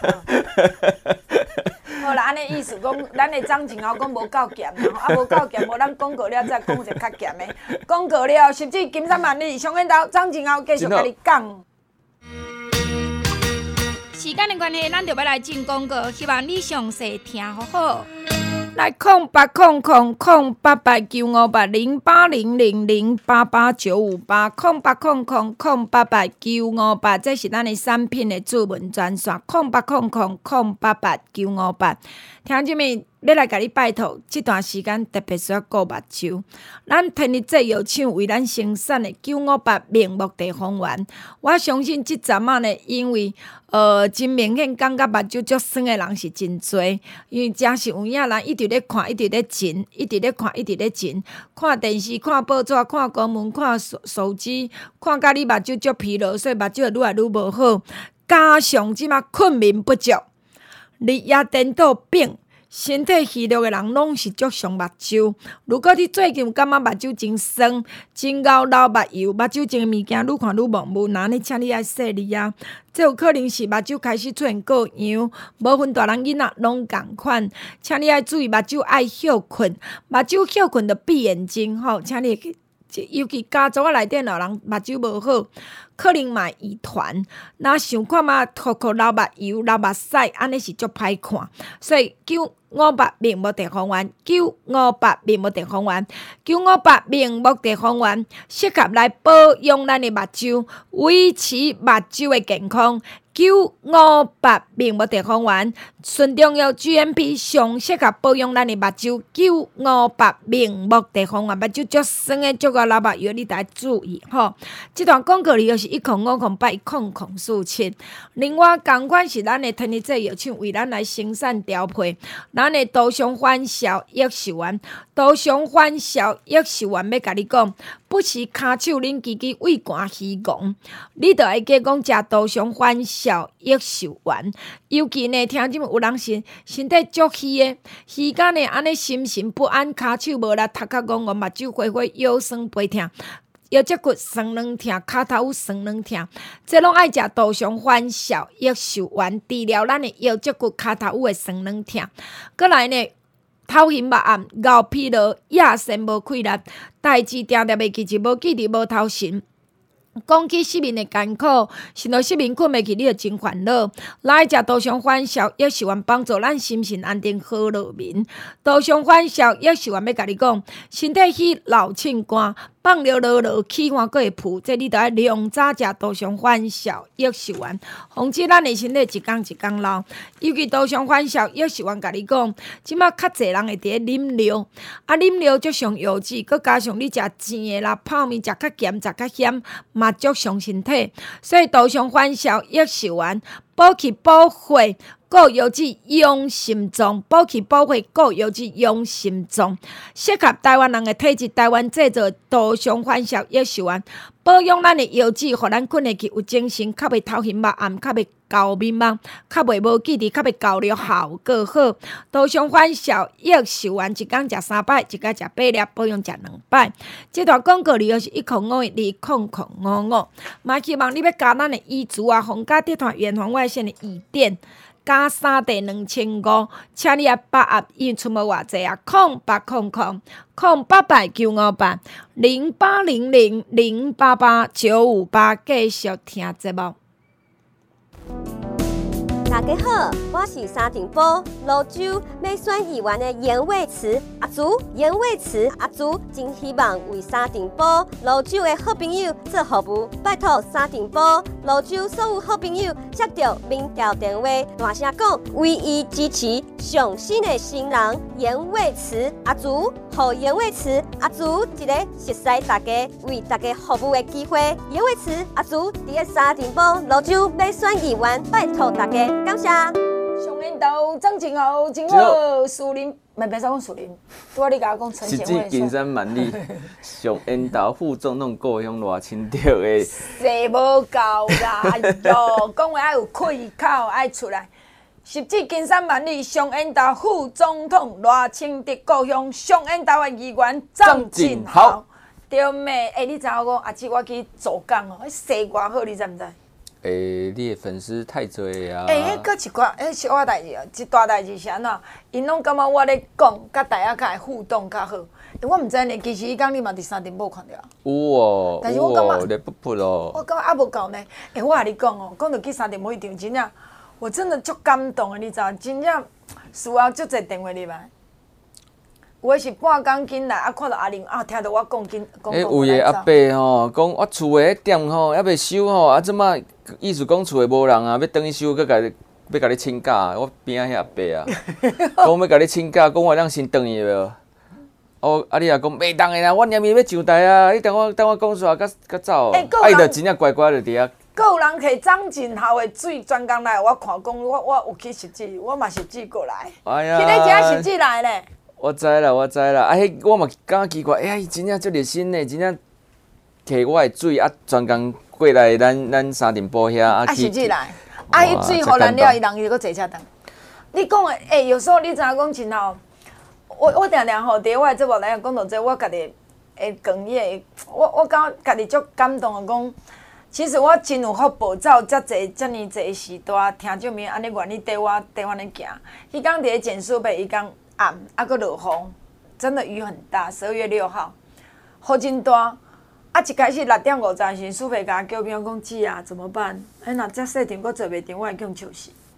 好啦，安尼意思讲，咱的张景豪讲无够咸，啊无够咸，无咱广告了再讲一个较咸的。广告了，甚至金山万里，上演到张景豪继续甲你讲。 时间的关系，咱就要来进广告，希望你详细听好好。 来空八空空空八八九五八零八零零零八八九五八空八空空空八八九五八，这是咱的产品的主文专线。空八空空空八八九五八，听众们要来甲你拜托，这段时间特别需要顾目睭。咱天日这药厂为咱生产的九五八明目地黄丸，我相信这阵仔呢，因为呃真明显感觉目睭足酸的人是真多，因为真是有影人一直咧看，一直咧诊，一直咧看，一直咧诊，看电视、看报纸、看公文、看手手机，看甲你目睭足疲劳，所以目睭会愈来愈无好。加上即马困眠不足，日夜颠倒病。身体虚弱的人拢是足伤目睭。如果你最近有感觉目睭真酸、真熬流目油、目睭前的物件愈看愈模糊，那呢，请你爱洗哩啊！这有可能是目睭开始出现过痒，无分大人囡仔拢共款。请你爱注意目睭爱休困，目睭休困就闭眼睛吼，请你。尤其家族仔内底老人目睭无好，可能嘛遗传。若想看嘛，哭哭流目油、流目屎，安尼是足歹看。所以九五八名目地方员，九五八名目地方员，九五八名目地方员适合来保养咱的目睭，维持目睭的健康。九五八名目地方员纯中药 G M P 上适合保养咱的目睭。九五八名目地方员目睭足酸的足个老目药，你得注意吼。这段广告里又是一空五空八一空空四七。另外，同款是咱的天气剂药厂为咱来生产调配，咱的多上欢笑益寿丸，多上欢笑益寿丸要甲你讲，不是骹手恁叽叽胃寒虚戆，你着会记讲食多上欢笑益寿丸。尤其呢，听即有人身身体足虚的，虚甲呢安尼心神不安，骹手无力，头壳戆戆，目睭花花，腰酸背痛。腰脊骨酸软痛，骹头有酸软痛，这拢爱食多上欢笑益寿丸，治疗咱的腰脊骨、骹头有的酸软痛。过来呢，头晕目暗、熬疲劳、夜神无气力，代志定定袂记，一无记伫无头神。讲起失眠的艰苦，甚至失眠困袂去，你就真烦恼。来食多上欢笑益寿丸，帮助咱心神安定，好入眠。多上欢笑益寿丸要甲你讲，身体虚老凊寒，放尿落落起汗阁会浮，这你着爱量早食多上欢笑益寿丸，防止咱的身体一天一天老。尤其多上欢笑益寿丸，甲你讲，即马较侪人会伫咧啉料，啊啉料足上油脂，阁加上你食甜的啦、泡面食较咸、食较咸。嘛足伤身体，所以多上欢笑益寿丸，补气补血，顾油脂养心脏，补气补血，顾油脂养心脏，适合台湾人的体质。台湾制造多上欢笑益寿丸，保养咱的腰脂，互咱困下去有精神，较袂头晕目暗，较袂高面茫，较袂无记忆，较袂效率效果好。多上欢笑益寿丸，一工食三摆，一工食八粒，保养食两摆。这段广告里又是一空五二空空五五，嘛希望你要加咱的医嘱啊，红家集团远红外线的椅垫。加三地两千五，请你啊把握，因为出门偌济啊，空八空空空八八九五八零八零零零八八九五八，继续听节目。 大家好，我是三重埔蘆洲美选议员的严伟慈阿祖，严伟慈阿祖真希望为三重埔蘆洲的好朋友做服务，拜托三重埔蘆洲所有好朋友接到民调电话，大声讲唯一支持上新的新人严伟慈阿祖，互严伟慈阿祖一个熟悉大家、为大家服务的机会。严伟慈阿祖伫个三重埔蘆洲美选议员，拜托大家。感谢。 上领导张真豪，真好，树林，袂袂使讲树林，拄仔你甲我讲陈实贤伟。 际金山万里，上引导副总统故乡偌清着的。 说无够啦，哟，讲话爱有气口，爱出来。实际金山万里，上引导副总统偌清的故乡，上引导的议员张真豪。对咩？诶、欸，你知影我阿姊我去做工哦，迄洗偌好，你知毋知？ 诶、欸，你的粉丝太多啊！ 诶、欸，迄搁一寡，迄小可代志哦，一大代志是安怎？因拢感觉我咧讲，甲大家较会互动较好。我毋知呢，其实伊讲你嘛伫三重埔看着。 有哦， 但是我感觉咧不不咯。 我感觉还无够呢。诶、欸，我甲你讲哦，讲到去三重埔迄场，真正我真的足感动的，你知影？真正需要足侪电话入来。有诶是半工紧来，啊，看到阿玲啊，听到我讲紧讲讲。 诶，有诶阿伯吼，讲我厝诶迄店吼，还袂收吼，啊，即摆意思讲厝诶无人啊，要等伊收，佮甲你要甲你请假。我边仔迄阿伯啊，讲要甲你请假，讲我当先等伊无。哦，啊，你也讲袂当诶啦，我连面要上台啊，你等我等我讲煞，甲甲走。哎，伊就真正乖乖就伫遐。 佫有人摕张真豪的水专工来，我看讲我我有去实际，我嘛实际过来。哎呀，迄个真实际来咧。 我知啦，我知啦，啊，迄我嘛感觉奇怪，哎呀，伊真正足热心呢，真正摕我的水啊，专工过来咱咱三重埔遐啊去。啊，实际来，啊，迄水互咱了，伊人伊就搁坐车等。你讲的，哎、欸，有时候你知影讲真好，我我定定吼，伫我的节目来讲到这，我家己会讲伊个，我我感家己足感动的讲。其实我真有福报，才有遮济、遮尔济时代，听众朋友安尼愿意缀我、缀我咧行。迄天伫咧简书北，伊讲暗，啊，搁落雨，真的雨很大。十二月六号，雨真大。啊，一开始六点五十时，苏北甲叫朋友讲姐啊，怎么办？哎，若遮细场搁坐袂长，我会叫笑死。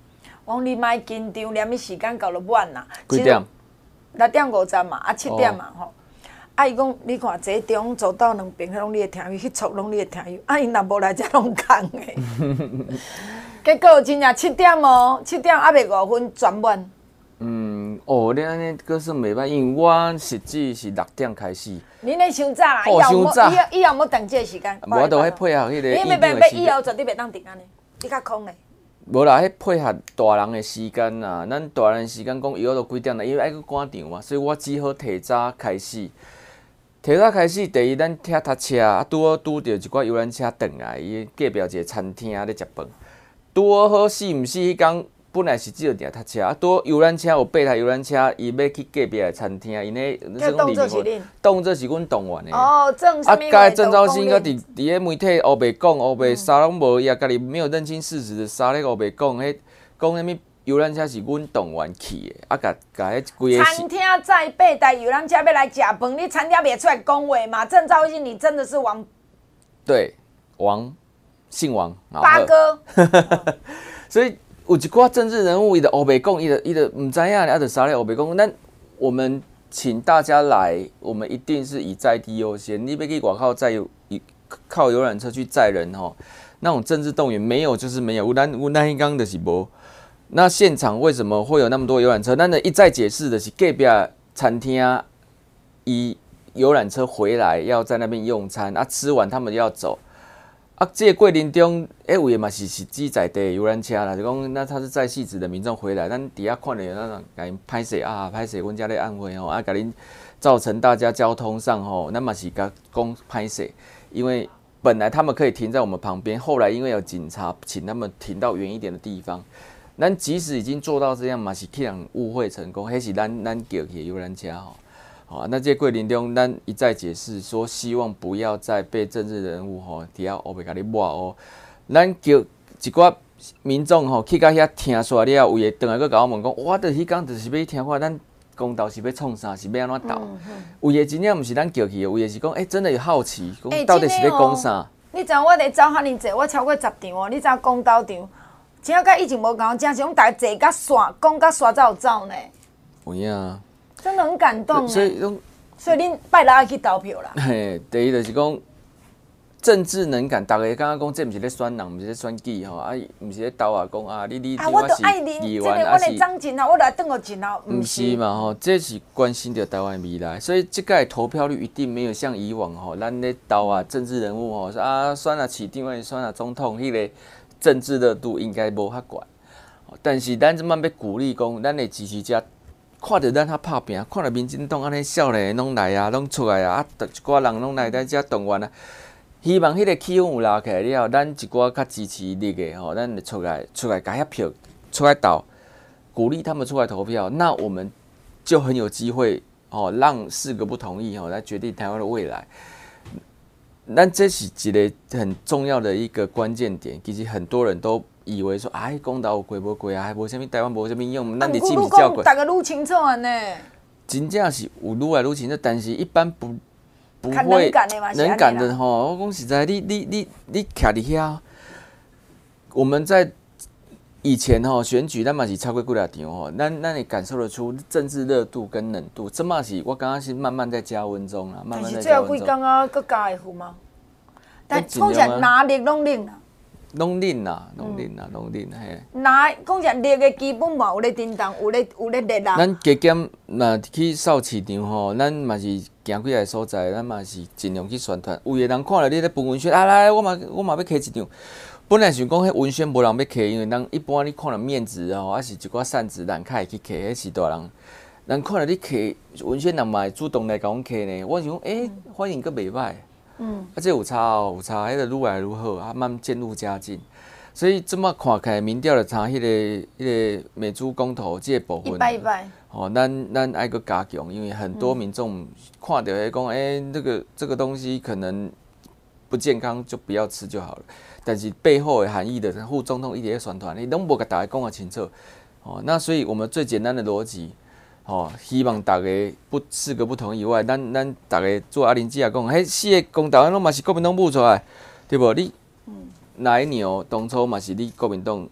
讲你莫紧张，连伊时间到了晚啦。 几点？ 六点五十嘛，啊七点嘛吼。啊，伊讲你看这中走道两边拢你会听伊，迄撮拢你会听伊。啊，因若无来遮拢空诶。结果真正七点哦，七点还袂五分全满。 嗯，哦，你安尼个算袂歹，因为我实际是六点开始。 恁咧伤早啦， 哦伤早以后以后要等这个时间。 无都迄配合迄个你预定袂袂以的时间。 后绝对袂当停安尼，你较空诶。 无啦，迄配合大人的时间啦，咱大人的时间讲以后都几点啦，因为爱去赶场嘛，所以我只好提早开始。提早开始，第一咱听读车，啊，拄好拄着一寡游览车转来，伊隔壁一个餐厅咧食饭。拄好好死毋死迄天，本来是只有定读车，啊，拄好游览车有八台游览车，伊要去隔壁的餐厅，因咧叫当作是恁， 当作是阮动员的。 哦，郑啊， 什么？ 甲郑兆兴，甲伫伫个媒体黑白讲，黑白啥拢无，伊也家己没有认清事实的啥咧黑白讲，迄讲啥物游览车是阮动员去的，啊，甲甲迄规个。 餐厅在八台游览车要来食饭，你餐厅别出来讲话嘛？郑兆兴，你真的是王。 对，王，姓王。 八哥。 所以有一寡政治人物，伊的黑白讲，伊的伊的唔知影咧，啊，就啥咧黑白讲。咱我们请大家来，我们一定是以在地优先。你要去外口载游，靠游览车去载人吼，那种政治动员没有就是没有。咱阮咱迄刚就是无。那现场为什么会有那么多游览车？咱呢一再解释的是隔壁餐厅以游览车回来要在那边用餐啊，吃完他们要走啊。这个过程中，哎，有的嘛是是只在地游览车啦，就讲那他是在戏子的民众回来，咱底下看了那种甲因拍摄啊，拍摄阮家咧安徽吼，啊，甲恁造成大家交通上吼，那嘛是甲讲拍摄，因为本来他们可以停在我们旁边，后来因为有警察，请他们停到远一点的地方。咱即使已经做到这样，嘛是去人误会成功，迄是咱咱叫去的游览车吼。好，那这过程中，咱一再解释说，希望不要再被政治人物吼底下黑白甲你抹哦。咱叫一寡民众吼去到遐听煞了，有诶转来佫甲我问讲，我着迄天就是要听看咱公道是要创啥，是要安怎斗？有诶真正毋是咱叫去的，有诶是讲，诶、欸，真的有好奇，讲到底是要讲啥？ 你知影我伫走遐尼济，我超过十场哦。你知影公道场？真甲以前无共，真是讲大家坐甲煞，讲甲煞才有走呢。 有影， 真的很感动。 所以讲， 所以恁拜六要去投票啦。 嘿，第一就是讲政治能感，大家刚刚讲这毋是咧选人，毋是咧选举吼，啊，毋是咧斗啊讲啊，你你啊，我都爱是恁， 议这个员， 我来长真啊，我来转个真啊， 毋是嘛吼，这是关心着台湾未来，所以这个投票率一定没有像以往吼，咱咧斗啊政治人物吼，啊选啊市长，选啊总统，迄个。政治热度应该无遐悬，但是咱即摆要鼓励讲，咱的支持者看到咱遐拍拼，看到民进党安尼少年拢来啊，拢出来啊，啊，一寡人拢来咱遮动员啊，希望迄个气氛有拉起来了，咱一寡较支持力的吼，咱就出来出来甲遐票出来投，鼓励他们出来投票，那我们就很有机会哦，让四个不同意哦来决定台湾的未来。咱这是一个很重要的一个关键点，其实很多人都以为说，哎，公道有过无过啊，还无啥物台湾无啥物用，咱日子比较过。 大家愈清楚安呢。 真正是有愈来愈清楚，但是一般不不会能感的吼。我讲实在，你你你你徛伫遐，我们在以前吼选举，咱嘛是超过几啊场吼，咱咱会感受得出政治热度跟冷度，这嘛是我刚刚是慢慢在加温中啦，慢慢在加温中。 但是最后几天啊，佫加会付吗？但讲起来拿力拢冷啦， 拢冷啦，拢冷啦，拢冷嘿。 拿讲起来热的基本嘛有咧震动，有咧有咧热啦。 咱加减若去扫市场吼，咱嘛是行几个所在，咱嘛是尽量去宣传。有的人看了你咧分文宣，啊来，我嘛我嘛要开一场。本来想讲，迄文宣无人要摕，因为人一般你看了面子吼，还是一寡扇子人较会去摕，迄是大人。人看了你摕文宣，人嘛会主动来甲阮摕呢。我想讲，诶、欸，反应佫袂歹。嗯，啊，这有差哦，有差，迄个愈来愈好，啊，慢慢渐入佳境。所以这么看起来，民调的差，迄、那个、迄、那个美猪公投这个部分， 一摆一摆。 哦，咱咱爱个加强，因为很多民众看到会讲，哎、欸，这个这个东西可能不健康，就不要吃就好了。但是背后的含义的副总统一直在宣传，你拢无甲大家讲啊清楚。哦，那所以我们最简单的逻辑，哦，希望大家不四个不同以外，咱咱大家做阿玲姐也讲，迄四个公投拢嘛是国民党补出来，对无？你哪一牛当初嘛是你国民党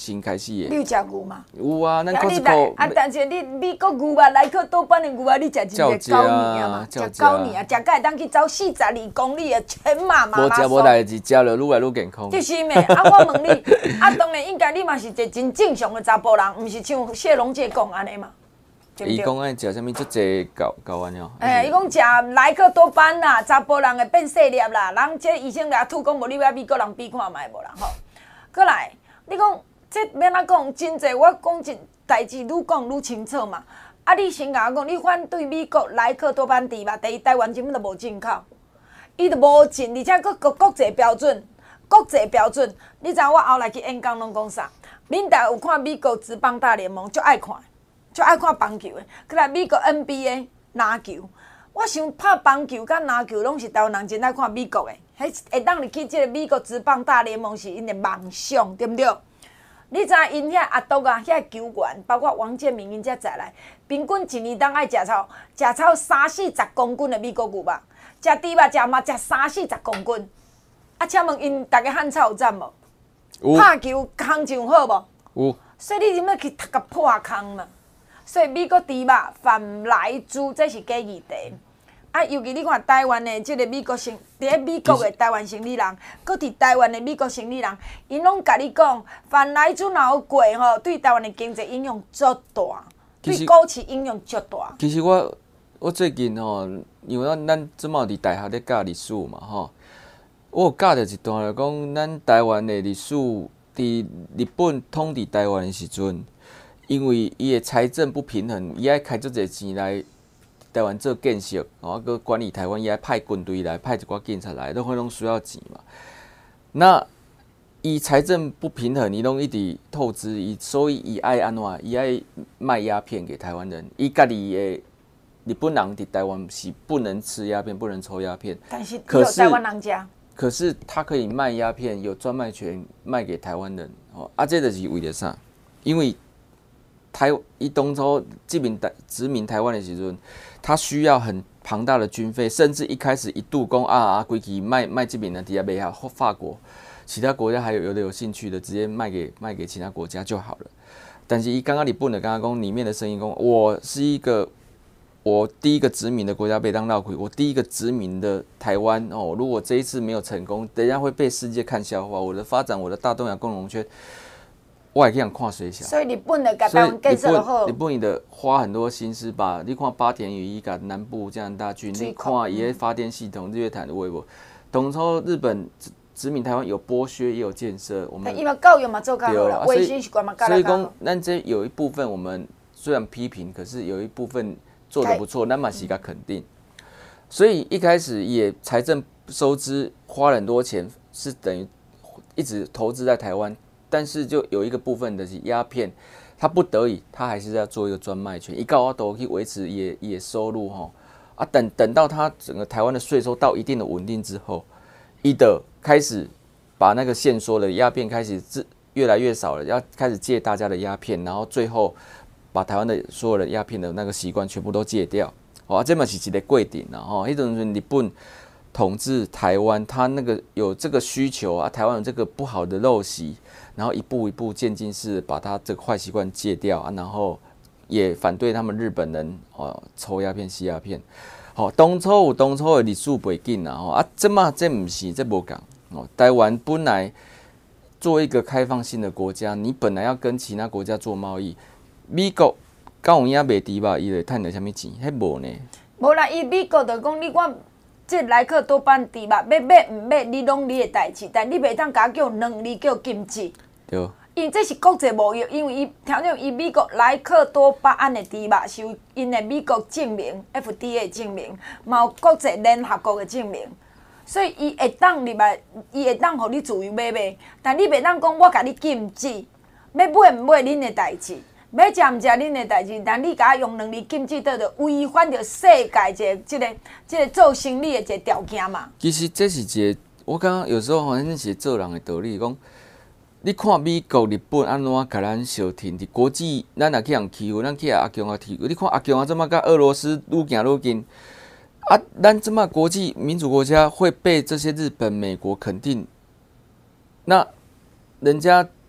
新开始的。 你有食牛吗？ 有啊，咱啊，你 Costco 来啊，但是你美国牛肉、莱克多巴的牛肉，你食真侪九年啊嘛，食九年啊，食甲会当去走四十二公里的全马马拉松。 无食无代志，食了愈来愈健康。 就是咩？啊，我问你，啊，当然应该你嘛是一个真正常的查甫人，毋是像谢龙介讲安尼嘛。 伊讲爱食啥物足济睾睾丸哦。 哎，伊讲食莱克多巴啦，查甫人会变细粒啦。人这医生甲吐讲无，你要美国人比看卖无啦吼。过来，你讲这免哪讲，真济我讲真代志愈讲愈清楚嘛。啊，你先甲我讲，你反对美国莱克多巴猪肉，第一台湾根本就无进口，伊就无进，而且佫国国际标准，国际标准。你知影我后来去演讲拢讲啥？恁大有看美国职棒大联盟，足爱看。就爱看棒球的，过来美国 N B A 篮球，我想拍棒球甲篮球拢是台湾人真爱看美国的，迄会当入去即个美国职棒大联盟是因的梦想，对毋对？你知影因遐阿斗啊，遐球员，包括王建民因遮再来，平均一年当爱食超食超三四十公斤的美国牛肉，食猪肉食嘛食三四十公斤。啊，请问因逐个汉草有赞无？拍球空上好无？ 有。 所以你怎么去读个破空嘛？所以美国猪肉反来猪，这是假议题。啊，尤其你看台湾的即个美国生，伫咧美国的台湾生理人，搁伫台湾的美国生理人，因拢甲你讲，反来猪若有过吼，对台湾的经济影响足大，对股市影响足大。 其实我我最近吼，因为咱咱即马伫大学咧教历史嘛吼，我有教着一段来讲，咱台湾的历史伫日本统治台湾的时阵。因为伊的财政不平衡，伊爱开足侪钱来台湾做建设，然后佮管理台湾，伊爱派军队来，派一寡警察来，都会拢需要钱嘛。那伊财政不平衡，伊拢一直透支，伊所以伊爱安怎？伊爱卖鸦片给台湾人。伊家己的日本人伫台湾是不能吃鸦片，不能抽鸦片。 但是有台湾人食。 可是他可以卖鸦片，有专卖权卖给台湾人。哦，啊，这就是为了啥？因为台伊当初殖民台殖民台湾的时阵，他需要很庞大的军费，甚至一开始一度讲啊啊，规期卖卖这边的底下卖下法国，其他国家还有有的有兴趣的，直接卖给卖给其他国家就好了。但是伊刚刚日本的刚刚讲里面的声音讲，我是一个我第一个殖民的国家被当闹鬼，我第一个殖民的台湾哦，如果这一次没有成功，等一下会被世界看笑话。我的发展，我的大东亚共荣圈。我也可以看水小， 所以日本的甲台湾建设就好。 日本伊的花很多心思把，你看八田雨衣甲南部加拿大军，你看伊的发电系统、日月潭的微波，当初日本殖民台湾有剥削也有建设，我们伊嘛教育嘛做较好啦，卫生习惯嘛教得较好。 所以讲，咱这有一部分我们虽然批评，可是有一部分做得不错，咱嘛是甲肯定。所以一开始也财政收支花了很多钱，是等于一直投资在台湾。但是就有一个部分的是鸦片，他不得已，他还是要做一个专卖权，一告阿斗去维持也也收入哈啊，等等到他整个台湾的税收到一定的稳定之后，伊的开始把那个限缩的鸦片开始越来越少了，要开始戒大家的鸦片，然后最后把台湾的所有的鸦片的那个习惯全部都戒掉，哦、啊，这嘛是一个过程啦吼，迄阵阵日本统治台湾，他那个有这个需求啊，台湾有这个不好的陋习。然后一步一步渐进式把他这个坏习惯戒掉啊，然后也反对他们日本人哦抽鸦片、吸鸦片。好、哦，当初有当初的历史背景啊，啊，这嘛这不是这无讲哦。台湾本来作为一个开放性的国家，你本来要跟其他国家做贸易，美国敢有影卖猪肉，伊就赚到什么钱？迄无呢？ 无啦，伊美国就讲你我。这莱克多巴猪肉要买唔买，你拢你的代志，但你袂当甲叫两字叫禁止。 对。 因为这是国际贸易，因为伊听讲伊美国莱克多巴胺的猪肉是有因的美国证明 F D A 证明，嘛有国际联合国的证明，所以伊会当入来，伊会当互你自由买卖，但你袂当讲我甲你禁止，要买唔买恁的代志。要食唔食恁的代志，但你甲用两字禁止，倒就违反着世界一个即个即个做生意的一个条件嘛。 其实这是一个，我感觉有时候好像是做人的道理。讲，你看美国、日本安怎甲咱相挺？伫国际，咱也去人欺负，咱去阿强啊欺负。你看阿强啊，怎么甲俄罗斯愈行愈近？啊，咱怎么国际民主国家会被这些日本、美国肯定？那人家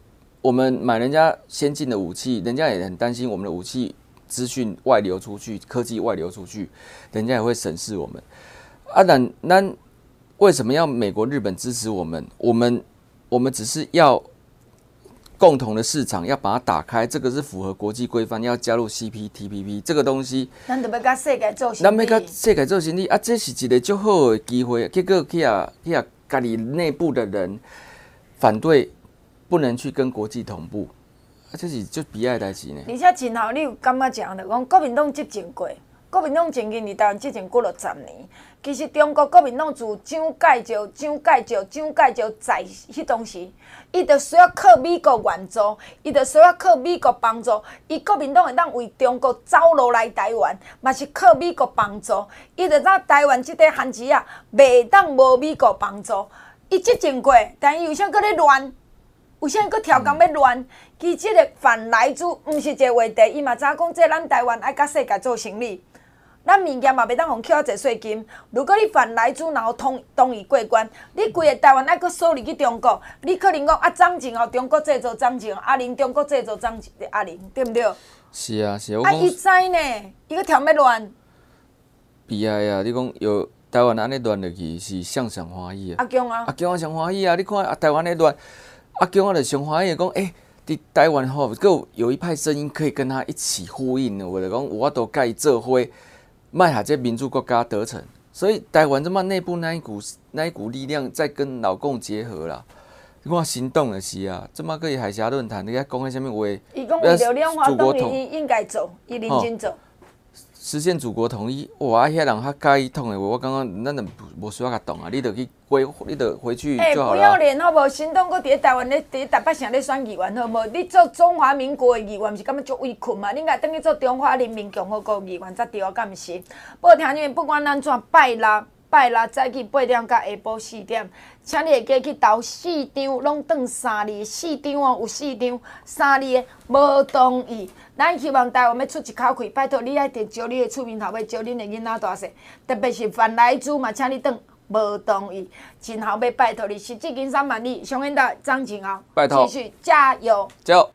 我们买人家先进的武器，人家也很担心我们的武器资讯外流出去，科技外流出去，人家也会审视我们。啊，那那为什么要美国、日本支持我们？我们我们只是要共同的市场，要把它打开，这个是符合国际规范，要加入 C P T P P 这个东西。 咱就要甲世界做生意。 咱要甲世界做生意啊，这是一个足好的机会。结果去啊去啊，家己内部的人反对。不能去跟国际同步，啊，这是最悲哀的代志呢。 而且真好，你有感觉讲的讲，国民党执政过，国民党曾经伫台湾执政过了十年。其实中国国民党自蒋介石、蒋介石、蒋介石在迄当时，伊就需要靠美国援助，伊就需要靠美国帮助。伊国民党会当为中国走落来台湾，嘛是靠美国帮助。伊就知台湾即块番薯啊，袂当无美国帮助。伊执政过，但伊为啥搁咧乱？为啥佫挑工要乱？其即个反莱猪毋是一个话题，伊嘛知影讲，这咱台湾爱甲世界做生意，咱物件嘛袂当互扣遮税金。如果你反莱猪，然后通同意过关，你规个台湾爱佫锁入去中国，你可能讲啊，涨前后中国制造涨前，啊零中国制造涨啊零，对毋对？ 是啊，是啊。 啊，伊知呢，伊佫挑要乱。 悲哀啊！你讲有台湾安尼乱落去，是谁上欢喜啊？ 阿强啊！ 阿强啊上欢喜啊！你看啊，台湾安尼乱。阿强啊，就上欢喜讲，诶、欸，伫台湾吼，够有一派声音可以跟他一起呼应的，我就讲，我都甲伊做伙，卖下这民主国家得逞。所以台湾这么内部那一股那一股力量在跟老共结合啦。你看行动的是啊，这么个海峡论坛，你遐讲个什么话？ 伊讲为了两岸统一，伊应该做，伊认真做。 实现祖国统一，哇！遐人较介意统的话，我感觉咱就无需要甲动啊，你著去回，你著回去就好了。 哎、欸，不要脸好无？新党搁伫台湾咧，伫台北城咧选议员好无？你做中华民国的议员，毋是感觉足委屈嘛？你应该等去做中华人民共和国议员才对啊，敢毋是？不过听见不管咱怎，拜六拜六早起八点到下晡四点，请你会记去投四张，拢转三字，四张哦，有四张，三字的无同意。咱希望台湾要出一口气，拜托你爱摕招你的厝面头尾，招恁的囡仔大细，特别是反来猪嘛，请你转无同意，真好要拜托你，实至金山万里，上演到张景豪， 拜托， 继续加油， 加油。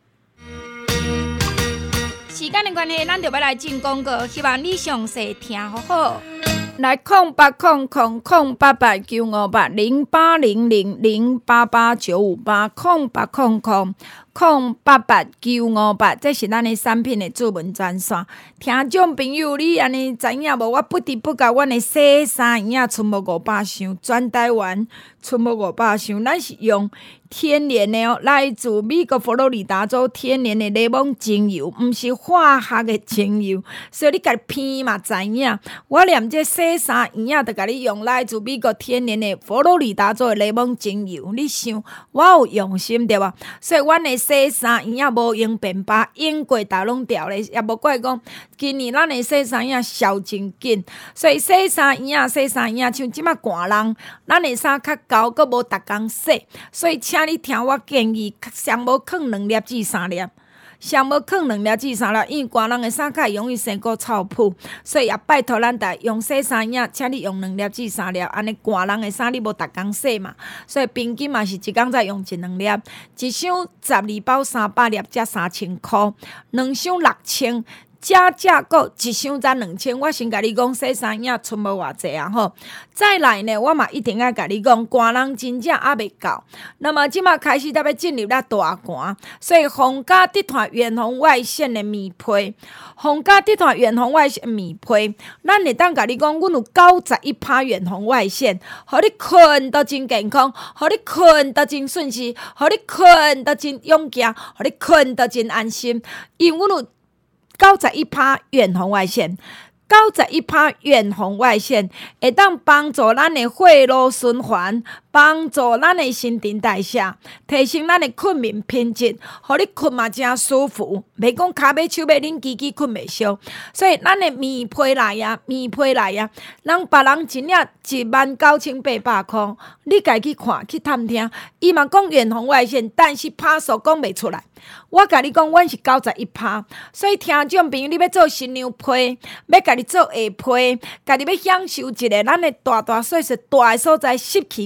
时间的关系，咱就要来进广告，希望你详细听好好。 来空八空空空八八九五八零八零零零八八九五八空八空空空八八九五八，这是咱的产品的主文专线。听众朋友，你安尼知影无？我不得不甲阮的洗衫衣啊，剩无五百箱，全台湾剩无五百箱，咱是用天然的哦，来自美国佛罗里达州天然的柠檬精油，毋是化学的精油，所以你家己闻嘛知影。我念这洗衫衣啊，就甲你用来自美国天然的佛罗里达州的柠檬精油，你想我有用心对吧？所以阮的洗衫衣啊无用便拔，用过大拢掉咧，也无怪讲今年咱的洗衫衣啊销真紧，所以洗衫衣啊洗衫衣啊，像即马寒人，咱的衫较厚，阁无逐工洗，所以请你听我建议，上无放两粒至三粒。上无放两粒至三粒，因为寒人的衫较容易生个臭噗，所以也拜托咱台用洗衫衣，请你用两粒至三粒，安尼寒人的衫你无逐工洗嘛，所以平均嘛是一工才用一两粒，一箱十二包三百粒才三千箍，两箱六千。加价购一箱才两千，我先甲你讲，洗衫衣剩无偌济啊吼。再来呢，我嘛一定要甲你讲，寒人真正还袂够。那么即马开始才要进入了大寒，所以皇家集团远红外线的棉被，皇家集团远红外线棉被，咱会当甲你讲，阮有九十一趴远红外线，互你困都真健康，互你困都真顺时，互你困都真勇健，互你困都真安心，因为阮有九十一趴远红外线，九十一趴远红外线会当帮助咱的血路循环，帮助咱的新陈代谢，提升咱的困眠品质，互你困嘛真舒服，袂讲骹尾手尾恁叽叽困袂着。所以咱的棉被来啊，棉被来啊，人别人一领一万九千八百箍，你家去看去探听，伊嘛讲远红外线，但是拍数讲袂出来。我甲你讲，阮是九十一趴，所以听众朋友，你要做新娘被，要家己做下被，家己要享受一个咱的大大细细大的所在，湿气较重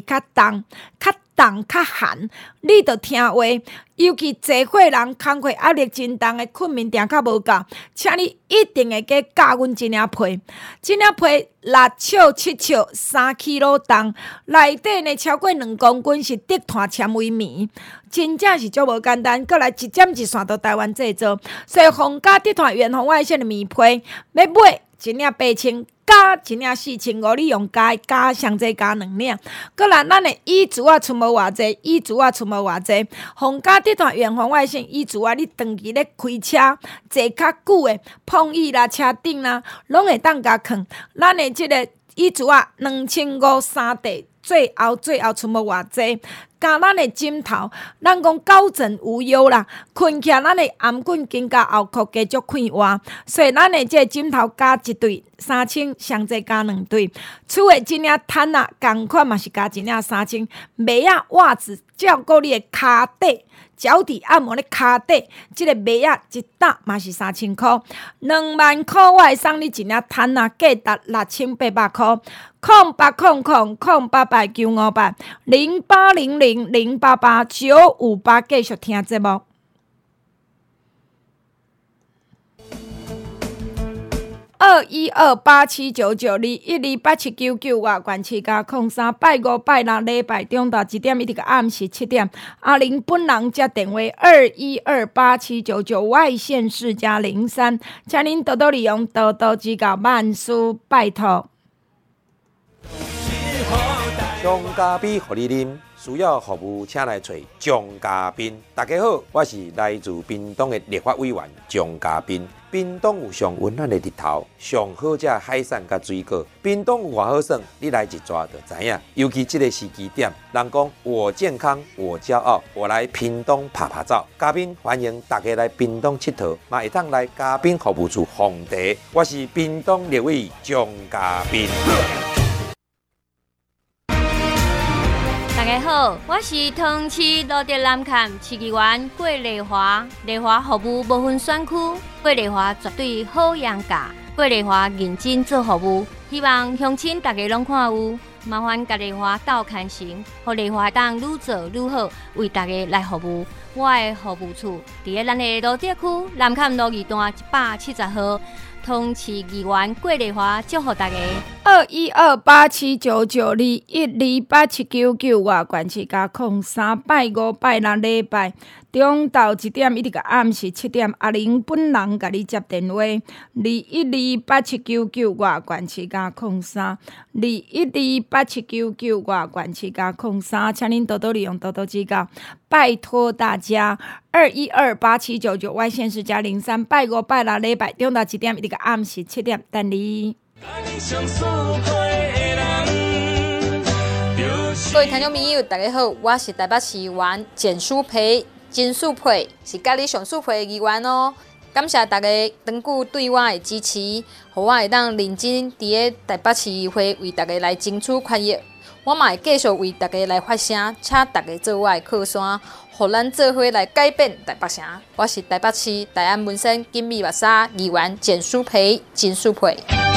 重、较重、较寒，你着听话。尤其坐伙人工课压力真重的，困眠定较无够，请你一定会加教阮一领被。这领被六尺七尺，三公斤重，内底呢超过两公斤是竹炭纤维棉，真正是足无简单。过来一针一线到台湾制造，所以皇家竹炭原红外线的棉被，要买一领八千。加一领四千五，你用加加上济加两领。过来，咱的衣橱啊，出无偌济，衣橱啊，出无偌济。皇家竹炭远红外线衣橱啊，你长期咧开车坐较久的碰椅啦、车顶啦，拢会当甲放。咱的即个衣橱啊，两千五三地，最后最后出无偌济。加咱的枕头，咱讲高枕无忧啦，困起来咱的颔棍更加后壳继续快活，所以咱的这个枕头加一对三千，上济加两对。厝的这领毯啊，同款嘛是加一领三千。袜仔、袜子照顾你的骹底。脚底按摩咧骹底，即、这个袜仔一搭嘛是三千块，两万块我会送你一领毯啊，价值六千八百块。空八空空空八八九五八零八零零零八八九五八，继续听节目。二一二八七九九二一二八七九九外关市加空三拜五拜六礼拜中到一点一直到暗时七点。阿玲本人接电话二一二八七九九外县市加零三，请您多多利用，多多指教，万事拜托。 张家宾互你啉，需要服务请来找张家宾。大家好，我是来自屏东的立法委员张家宾。屏东有上温暖的日头，上好食海产甲水果。屏东有偌好耍，你来一抓就知影。尤其这个时机点，人讲我健康我骄傲，我来屏东拍拍照。嘉宾欢迎大家来屏东佚佗，嘛会当来嘉宾服务处奉茶。我是屏东立委张家宾。 大家好，我是通市罗德南崁市议员郭丽华。丽华服务无分选区，郭丽华绝对好养价。郭丽华认真做服务，希望乡亲大家拢看有。麻烦甲丽华斗牵成，互丽华当愈做愈好，为大家来服务。我的服务处伫咧咱的罗德区南崁路二段一百七十号。通市议员郭丽华祝福大家。 二一二八七九九二一二八七九九外关市加空三拜五拜六礼拜中到一点一直到暗时七点。阿玲本人甲你接电话二一二八七九九外关市加空三二一二八七九九外关市加空三，请您多多利用，多多指教，拜托大家。二一二八七九九外县市加零三拜五拜六礼拜中到一点一直到暗时七点等你。 各位听众朋友，大家好，我是台北市议员简淑培，简淑培是甲你上淑培的议员哦。感谢大家长久对我的支持，互我会当认真伫个台北市议会为大家来争取权益。我嘛会继续为大家来发声，请大家做我的靠山，互咱做伙来改变台北城。我是台北市大安文山金美目沙议员简淑培，简淑培。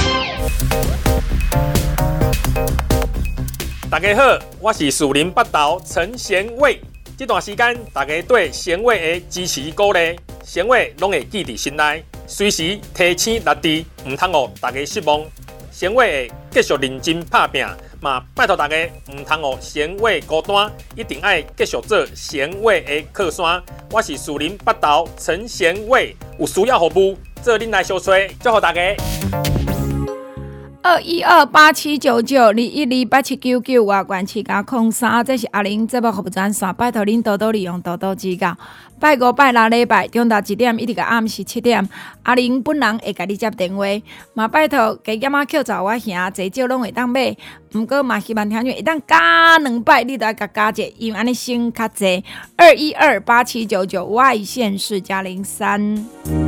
大家好，我是树林北投陈贤伟。这段时间，大家对贤伟的支持鼓励，贤伟拢会记伫心内，随时提醒力滴，唔通互大家失望。贤伟会继续认真拍拼，嘛拜托大家唔通互贤伟孤单，一定爱继续做贤伟的靠山。我是树林北投陈贤伟，有需要服务，做恁来相找，祝福大家。 二一二八七九九二一二八七九九外关市加空三，这是阿玲节目服务专线，拜托恁多多利用，多多指教。拜五拜六礼拜中到一点一直到暗时七点，阿玲本人会甲你接电话，嘛拜托加减啊扣找我兄，侪少拢会当买，毋过嘛希望听众会当加两摆，你都要甲加者，因为安尼省较济。二一二八七九九外县市加零三。